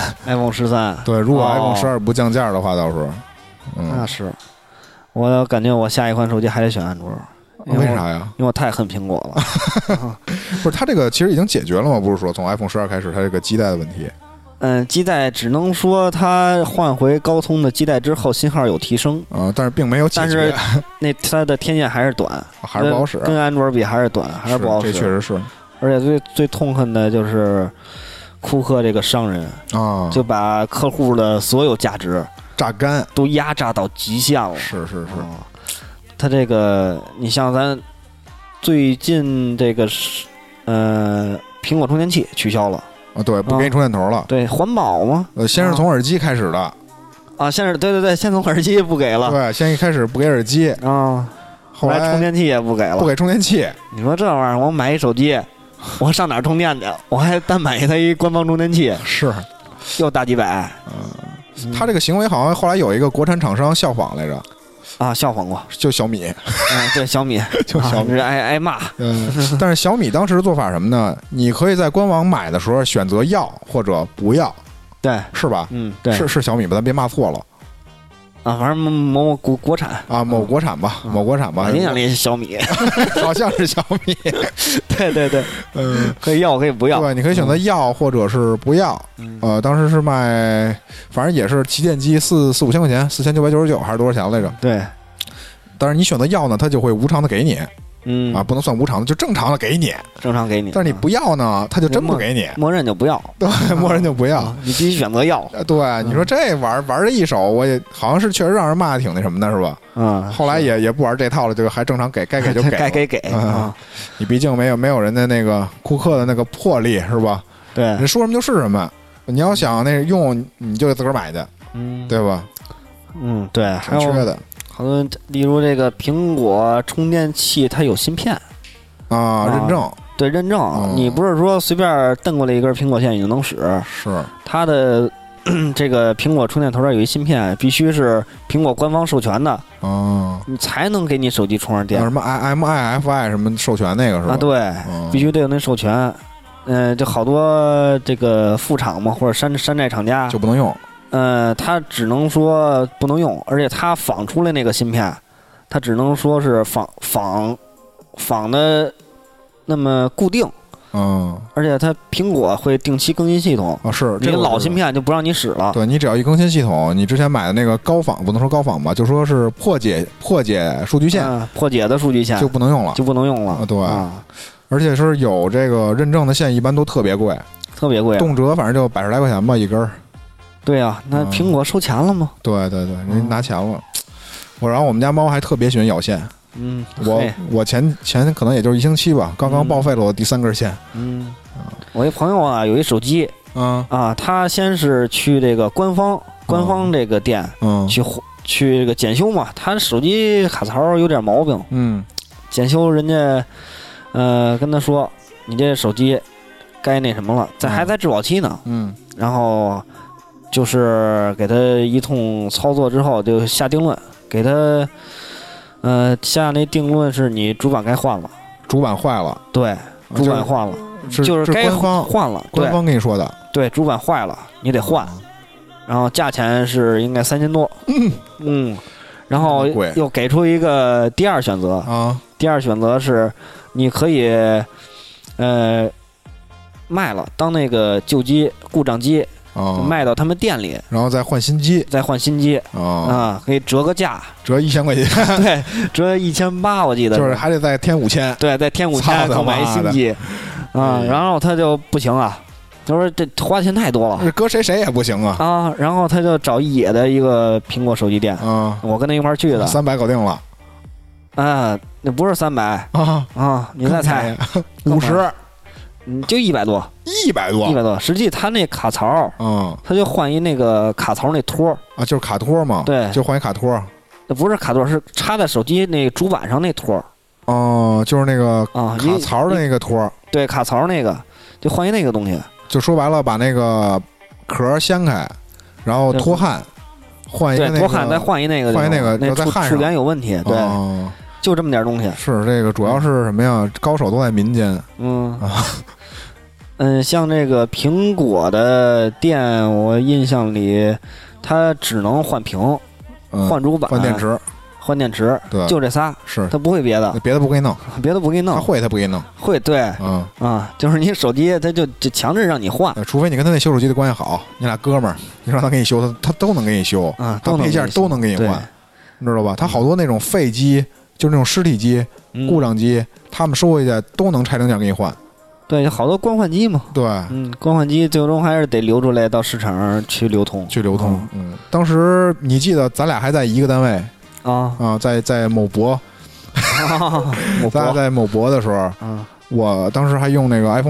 13。对，如果 iPhone 12不降价的话，到时候。 那是，我感觉我下一款手机还得选安卓。 为啥呀？ 因为我太恨苹果了。 不是，它这个其实已经解决了嘛？不是说从 iPhone 12开始，它这个基带的问题。 基带只能说它换回高通的基带之后，信号有提升但是并没有解决。 但是它的天线还是短， 还是不好使。 跟安卓比还是短，还是不好使。 这确实是。 而且最痛恨的就是库克这个商人就把客户的所有价值榨干， 都压榨到极限了。 是。 他这个，你像咱最近这个苹果充电器取消了。 对，不给你充电头了。 对，环保嘛。 先是从耳机开始的。 先是对，先从耳机不给了。 对，先一开始不给耳机后来充电器也不给了。 不给充电器。 你说这玩意儿，我买一手机，我上哪儿充电去？我还单买一台官方充电器， 是又大几百。 他这个行为好像后来有一个国产厂商效仿来着。 效仿过， 就小米。 对，小米， 就小米挨骂。 但是小米当时的做法什么呢？你可以在官网买的时候选择要或者不要， 对， 是吧？ 对， 是小米吧？咱别骂错了。 反正某国产某国产吧，某国产吧。 印象里是小米， 好像是小米。 对，可以要可以不要。 对，你可以选择要或者是不要。当时是卖，反正也是旗舰机4-5千块钱，4999还是多少钱来着？ 对。 但是你选择要呢，它就会无偿的给你。不能算无偿的，就正常的给你， 正常给你。 但是你不要呢，他就真不给你， 默认就不要。 对，默认就不要， 你必须选择要。 对，你说这玩这一手，我也好像是确实让人骂的挺那什么的，是吧？后来也不玩这套了，就还正常给，该给就给， 该给。 你毕竟没有人的那个库克的那个魄力，是吧？ 对， 人说什么就是什么。你要想那用，你就得自个儿买去，对吧？ 对， 挺缺的。 好多，例如这个苹果充电器，它有芯片认证。 对，认证，你不是说随便蹬过来一根苹果线你就能使。 是它的这个苹果充电头上有一芯片，必须是苹果官方授权的你才能给你手机充上电。 什么 MIFI 什么授权那个是吧？ 对，必须得有那授权。就好多这个副厂嘛，或者山寨厂家就不能用。 它只能说不能用，而且它仿出来那个芯片，它只能说是仿的那么固定，而且它苹果会定期更新系统是你老芯片就不让你使了。 对，你只要一更新系统，你之前买的那个高仿，不能说高仿吧，就说是破解数据线， 破解的数据线就不能用了， 对而且是有这个认证的线，一般都特别贵，动辄反正就100来块钱吧一根。 对啊，那苹果收钱了吗？ 对，人拿钱了。然后我们家猫还特别喜欢咬线。我前可能也就是1星期吧，刚刚报废了我第3根线。 我一朋友有一手机，他先是去这个官方这个店，去这个检修嘛，他手机卡槽有点毛病，检修人家跟他说你这手机该那什么了，还在质保期呢，然后就是给他一通操作之后就下定论，给他下那定论是你主板该换了， 主板坏了， 对，主板换了，就是该换了， 官方跟你说的， 对，主板坏了你得换，然后价钱是应该3000多，然后又给出一个第二选择第二选择是你可以卖了当那个旧机故障机， 卖到他们店里， 然后再换新机， 可以折个价， 折1000块钱， 对，折1800，我记得就是还得再添5000， 对，再添5000购买一新机，然后他就不行啊。他说这花钱太多了， 搁谁也不行啊！ 然后他就找野的一个苹果手机店，我跟他一块去的 ，300搞定了， 那不是300你再猜 ，50， 就100多 ，100多， 实际他那卡槽，他就换一那个卡槽那托就是卡托嘛， 对， 就换一卡托， 不是卡托，是插在手机那个主板上那托， 就是那个卡槽的那个托， 对，卡槽那个就换一那个东西。 就说白了，把那个壳掀开，然后脱焊，换一个脱焊，再换一那个， 那齿源有问题，对，就这么点东西。 是这个主要是什么呀？高手都在民间。 像这个苹果的店，我印象里，它只能换屏、换主板、换电池， 对， 就这仨， 是他不会别的， 别的不给你弄，他会他不给你弄， 会，对，就是你手机他就强制让你换， 除非你跟他那修手机的关系好，你俩哥们儿，你让他给你修，他都能给你修，他配件都能给你换，你知道吧？他好多那种废机，就是那种尸体机、故障机，他们收回去都能拆零件给你换。 对，好多官换机嘛。 对， 官换机最终还是得流出来到市场上去流通。 当时你记得咱俩还在一个单位。在某博，咱俩在某博的时候，我当时还用那个 iPhone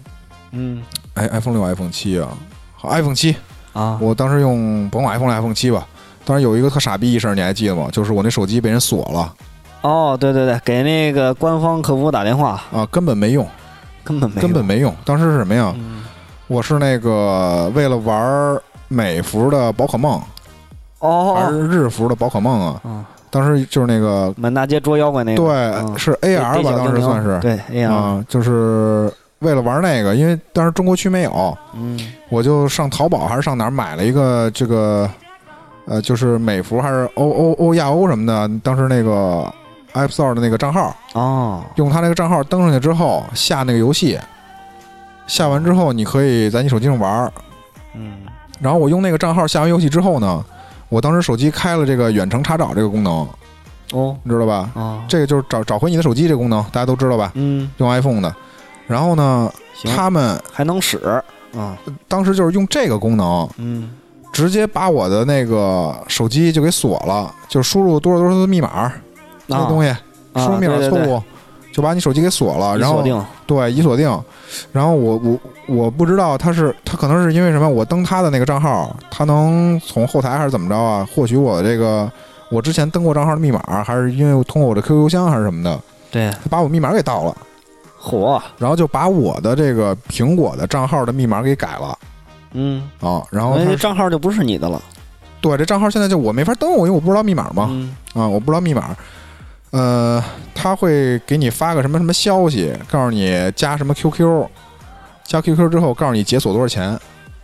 6，iPhone 6 iPhone 7啊，好 iPhone 7我当时用甭管 iPhone 6 iPhone 7吧，当时有一个特傻逼一事，你还记得吗？就是我那手机被人锁了。 对，给那个官方客服打电话根本没用，根本没用。当时是什么呀？我是那个为了玩美服的宝可梦。还是日服的宝可梦当时就是那个满大街捉妖怪那个， 对，是 AR 吧，当时算是， 对 AR 就是为了玩那个，因为当时中国区没有，我就上淘宝还是上哪儿买了一个这个，就是美服还是亚欧什么的，当时那个 App Store 的那个账号用他那个账号登上去之后下那个游戏，下完之后你可以在你手机上玩，然后我用那个账号下完游戏之后呢。我当时手机开了这个远程查找这个功能，你知道吧？这个就是找回你的手机这个功能，大家都知道吧？用 iPhone 的。然后呢，他们还能使当时就是用这个功能，直接把我的那个手机就给锁了，就输入多少的密码，那个东西，输入密码错误，就把你手机给锁了，然后对已锁定。然后我不知道他可能是因为什么，我登他的那个账号，他能从后台还是怎么着啊，获取我这个我之前登过账号的密码，还是因为通过我的 QQ 邮箱还是什么的， 对， 他把我密码给盗了，然后就把我的这个苹果的账号的密码给改了，然后这账号就不是你的了， 对，这账号现在就我没法登，因为我不知道密码嘛，我不知道密码。他会给你发个什么什么消息，告诉你加什么 QQ， 加 QQ 之后告诉你解锁多少钱。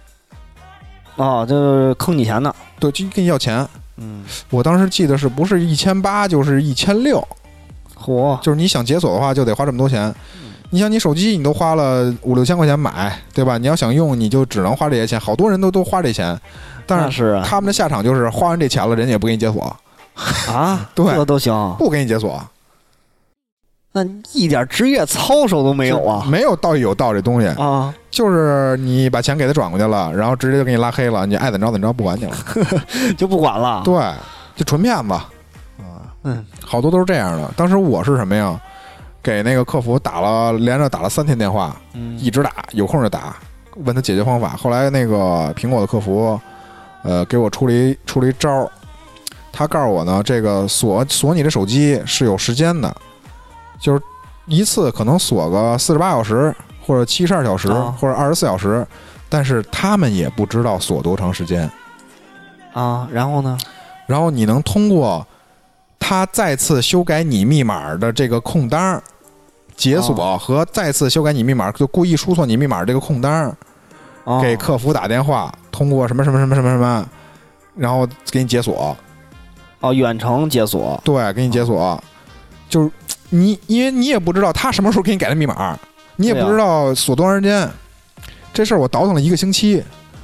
就是坑你钱的。 对，就跟你要钱。我当时记得是不是1800就是1600，就是你想解锁的话就得花这么多钱。你想你手机你都花了5、6千块钱买，对吧？你要想用你就只能花这些钱，好多人都花这钱，但是他们的下场就是花完这钱了，人家也不给你解锁。对， 这都行， 不给你解锁， 那一点职业操守都没有啊！ 没有道义有道这东西就是你把钱给他转过去了，然后直接就给你拉黑了，你爱怎么着不管你了， 就不管了。 对，就纯骗子好多都是这样的。当时我是什么呀？给那个客服连着打了3天电话，一直打，有空就打，问他解决方法。后来那个苹果的客服，给我出了一招。他告诉我呢，这个锁你的手机是有时间的，就是一次可能锁个48小时或者72小时或者24小时，但是他们也不知道锁多长时间然后呢？ 然后你能通过他再次修改你密码的这个空单解锁和再次修改你密码，就故意输错你密码这个空单给客服打电话，通过什么什么什么什么什么，然后给你解锁。 远程解锁， 对，给你解锁，就是因为你也不知道他什么时候给你改的密码，你也不知道锁多长时间，这事儿我倒腾了1个星期，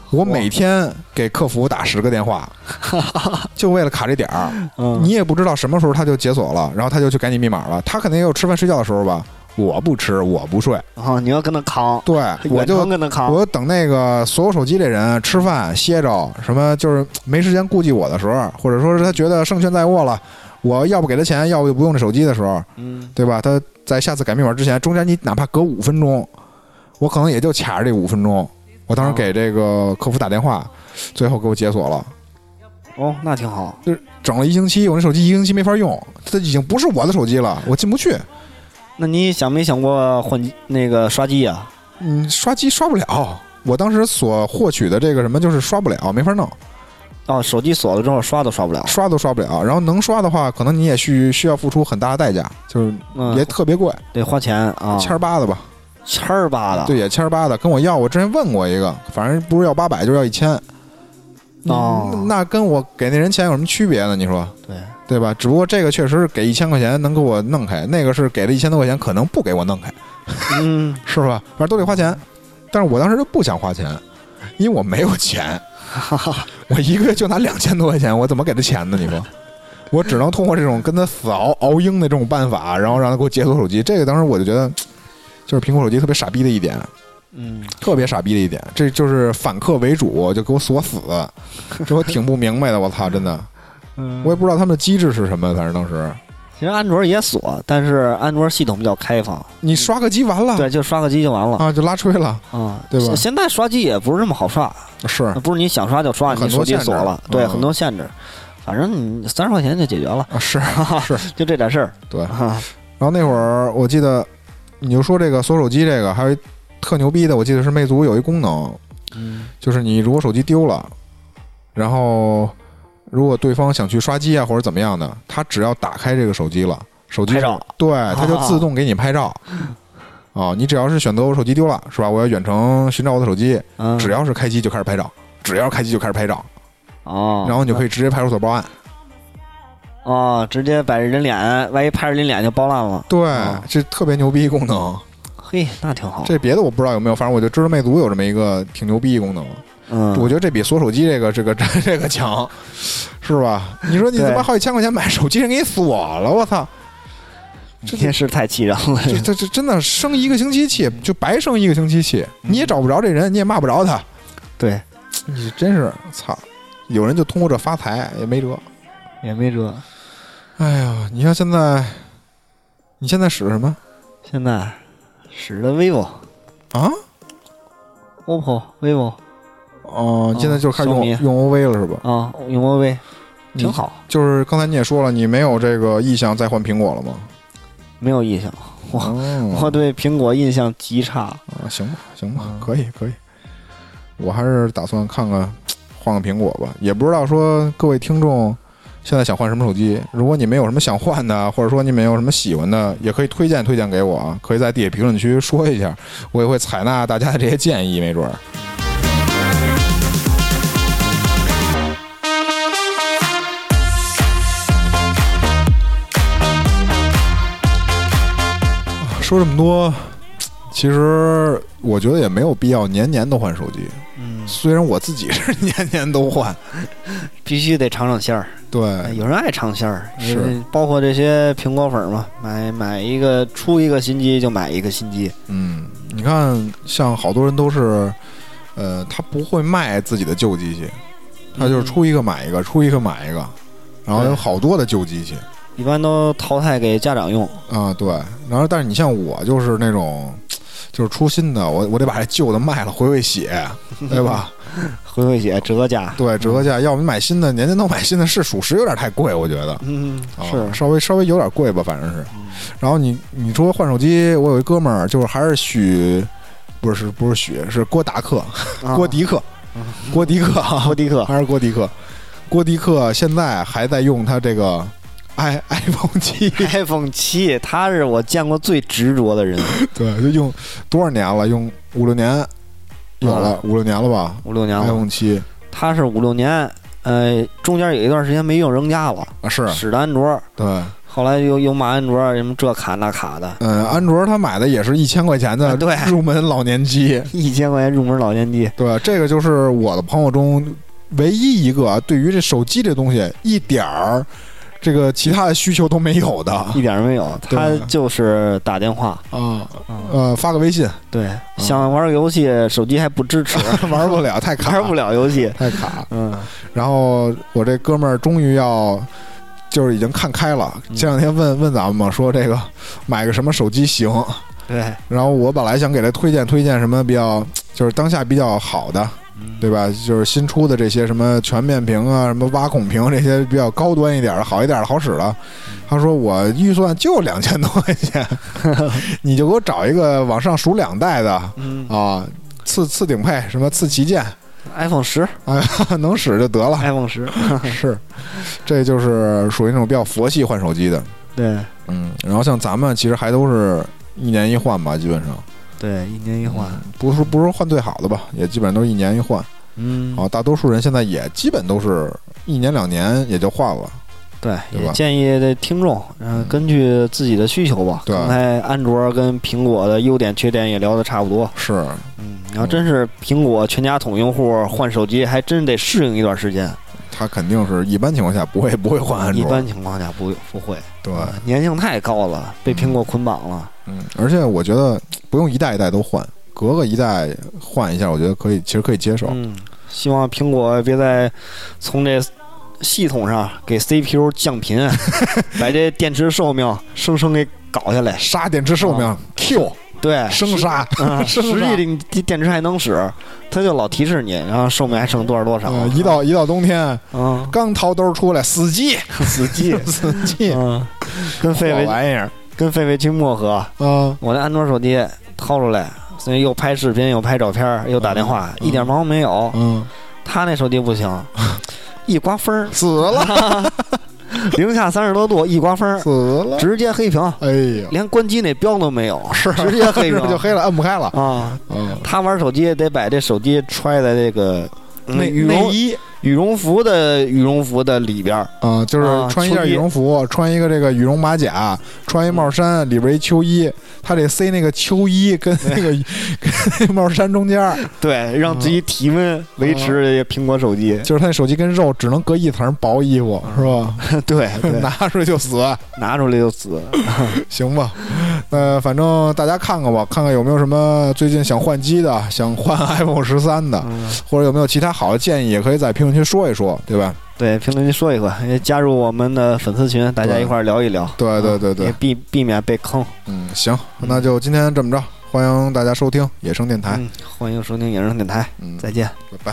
我每天给客服打10个电话，就为了卡这点儿。你也不知道什么时候他就解锁了，然后他就去改你密码了。他肯定也有吃饭睡觉的时候吧？我不吃，我不睡。 你要跟他扛。 对，我就跟他扛。 我等那个所有手机这人吃饭歇着，什么就是没时间顾及我的时候，或者说是他觉得胜券在握了，我要不给他钱，要不就不用这手机的时候，对吧？他在下次改密码之前，中间你哪怕隔5分钟，我可能也就卡着这5分钟。我当时给这个客服打电话，最后给我解锁了。 那挺好。 就是整了1星期，我那手机1星期没法用，它已经不是我的手机了，我进不去。 那你想没想过换那个刷机啊？ 刷机刷不了。我当时所获取的这个什么就是刷不了，没法弄。 手机锁了之后刷都刷不了， 然后能刷的话，可能你也需要付出很大的代价，就是也特别贵， 得花钱啊 ，1800的吧。 1800的， 对，也1800的，跟我要，我之前问过一个，反正不是要800，就是要1000。那跟我给那人钱有什么区别呢？你说，对吧？只不过这个确实是给1000块钱能给我弄开，那个是给了1000多块钱，可能不给我弄开，是吧？反正都得花钱，但是我当时就不想花钱，因为我没有钱，我一个月就拿2000多块钱，我怎么给他钱呢？你说？我只能通过这种跟他死熬鹰的这种办法，然后让他给我解锁手机。这个当时我就觉得。就是苹果手机特别傻逼的一点，特别傻逼的一点，这就是反客为主，就给我锁死，这我挺不明白的，我操，真的，我也不知道他们的机制是什么，反正当时， 其实安卓也锁，但是安卓系统比较开放， 你刷个机完了， 对，就刷个机就完了啊，就拉吹了对吧？ 现在刷机也不是这么好刷， 是不是你想刷就刷，你手机锁了，对，很多限制，反正你30块钱就解决了， 是， 就这点事儿， 对，然后那会儿我记得。你就说这个锁手机这个，还有一特牛逼的，我记得是魅族有一功能，就是你如果手机丢了，然后如果对方想去刷机啊或者怎么样的，他只要打开这个手机了，手机拍照， 对，他就自动给你拍照。你只要是选择我手机丢了，是吧？我要远程寻找我的手机，只要是开机就开始拍照，然后你就可以直接派出所报案。 直接把人脸，万一拍着人脸就爆烂了。 对，这特别牛逼功能。 嘿，那挺好。 这别的我不知道有没有，反正我就知道魅族有这么一个挺牛逼功能。我觉得这比锁手机这个强，是吧？你说你他妈好几千块钱买手机，人给你锁了，我操！ 这件事太气人了。 这真的生1个星期气，就白生1个星期气，你也找不着这人，你也骂不着他。 对， 你真是操！有人就通过这发财，也没辙。哎呀，你看你现在使什么？ 现在使的 vivo 啊 ，OPPO、vivo。 你现在就开始用 OV 了是吧？ 用 OV 挺好。 就是刚才你也说了，你没有这个意向再换苹果了吗？ 没有意向，我对苹果印象极差。 行吧，可以。我还是打算看看换个苹果吧，也不知道说各位听众。现在想换什么手机？如果你们有什么想换的，或者说你们有什么喜欢的，也可以推荐给我，可以在底下评论区说一下，我也会采纳大家的这些建议，没准儿。说这么多，其实我觉得也没有必要年年都换手机。虽然我自己是年年都换， 必须得尝尝鲜儿。 对， 有人爱尝鲜儿， 是包括这些苹果粉嘛，买一个出一个新机就买一个新机。 你看，像好多人都是，他不会卖自己的旧机器，他就是出一个买一个，出一个买一个，然后有好多的旧机器， 一般都淘汰给家长用啊。对，然后但是你像我就是那种。就是出新的，我得把这旧的卖了回血，对吧？ 回血折价， 对，折价。要不你买新的，年年都买新的，是属实有点太贵，我觉得。 是稍微有点贵吧，反正是。然后你说换手机，我有一哥们儿，就是还是不是是郭达克，郭迪克，郭迪克还是郭迪克，郭迪克现在还在用他这个。 iPhone 7，他是我见过最执着的人。 对，就用多少年了？用5-6年，有了5-6年了吧 ？5-6年了。 iPhone 7， 他是5-6年，中间有一段时间没用扔家了。 是使的安卓。 对， 后来又骂安卓什么这卡那卡的。 安卓他买的也是1000块钱的入门老年机 ，1000块钱入门老年机。 对，这个就是我的朋友中唯一一个对于这手机这东西一点儿这个其他的需求都没有的， 一点没有。他就是打电话发个微信。 对，想玩个游戏，手机还不支持， 玩不了，太卡， 玩不了游戏， 太卡。然后我这哥们儿终于就是已经看开了。前2天问咱们嘛，说这个买个什么手机行？ 对。 然后我本来想给他推荐什么比较，就是当下比较好的。对吧？就是新出的这些什么全面屏啊，什么挖孔屏这些比较高端一点的、好一点的、好使的。他说我预算就2000多块钱，你就给我找一个往上数2代的啊，次顶配，什么次旗舰 ，iPhone 10， 能使就得了。 iPhone 10 是，这就是属于那种比较佛系换手机的。 对， 然后像咱们其实还都是1年1换吧，基本上。 对，1年1换， 不是换最好的吧，也基本上都是1年1换。大多数人现在也基本都是1年2年也就换了。 对，也建议这听众，根据自己的需求吧。 对， 刚才安卓跟苹果的优点缺点也聊得差不多。 是， 然后真是苹果全家桶用户换手机，还真得适应一段时间。 他肯定是一般情况下不会换安卓， 一般情况下不会。 对， 粘性太高了，被苹果捆绑了。 而且我觉得不用一代一代都换，隔个一代换一下，我觉得其实可以接受。 希望苹果别再从这系统上给 CPU 降频，把这电池寿命生生给搞下来， 杀电池寿命 Q。 对， 生杀， 实际你电池还能使，它就老提示你，然后寿命还剩多少。 一到冬天，刚掏兜出来，死机， 跟狒狒玩意儿， 跟狒狒去磨合。我的安卓手机掏出来，所以又拍视频，又拍照片，又打电话，一点毛没有。他那手机不行，一刮风死了。 零下30多度，一刮风死了， 直接黑屏。 哎呀， 连关机那标都没有， 是直接黑屏就黑了，摁不开了啊。他玩手机得把这手机揣在这个羽绒服的里边就是穿一件羽绒服，穿一个这个羽绒马甲，穿一帽衫，里边一秋衣，他得塞那个秋衣跟那个帽衫中间， 对，让自己体温维持苹果手机。 就是他那手机跟肉只能隔一层薄衣服，是吧？ 对， 拿出来就死，行吧。反正大家看看吧，看看有没有什么最近想换机的，想换 iPhone 13的，或者有没有其他好的建议，也可以在评论区说一说，对吧？ 对，评论区说一说，也加入我们的粉丝群，大家一块聊一聊。 对， 也避免被坑。 行，那就今天这么着，欢迎大家收听野生电台。 欢迎收听野生电台。再见， 拜拜。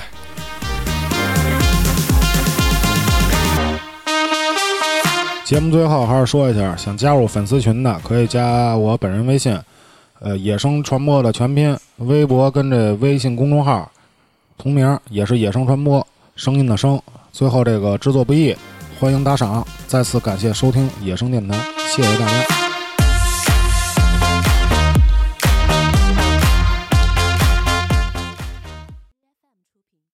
节目最后还是说一下，想加入粉丝群的可以加我本人微信，野生传播的全拼，微博跟这微信公众号同名，也是野生传播，声音的声。最后这个制作不易，欢迎打赏。再次感谢收听野生电台，谢谢大家。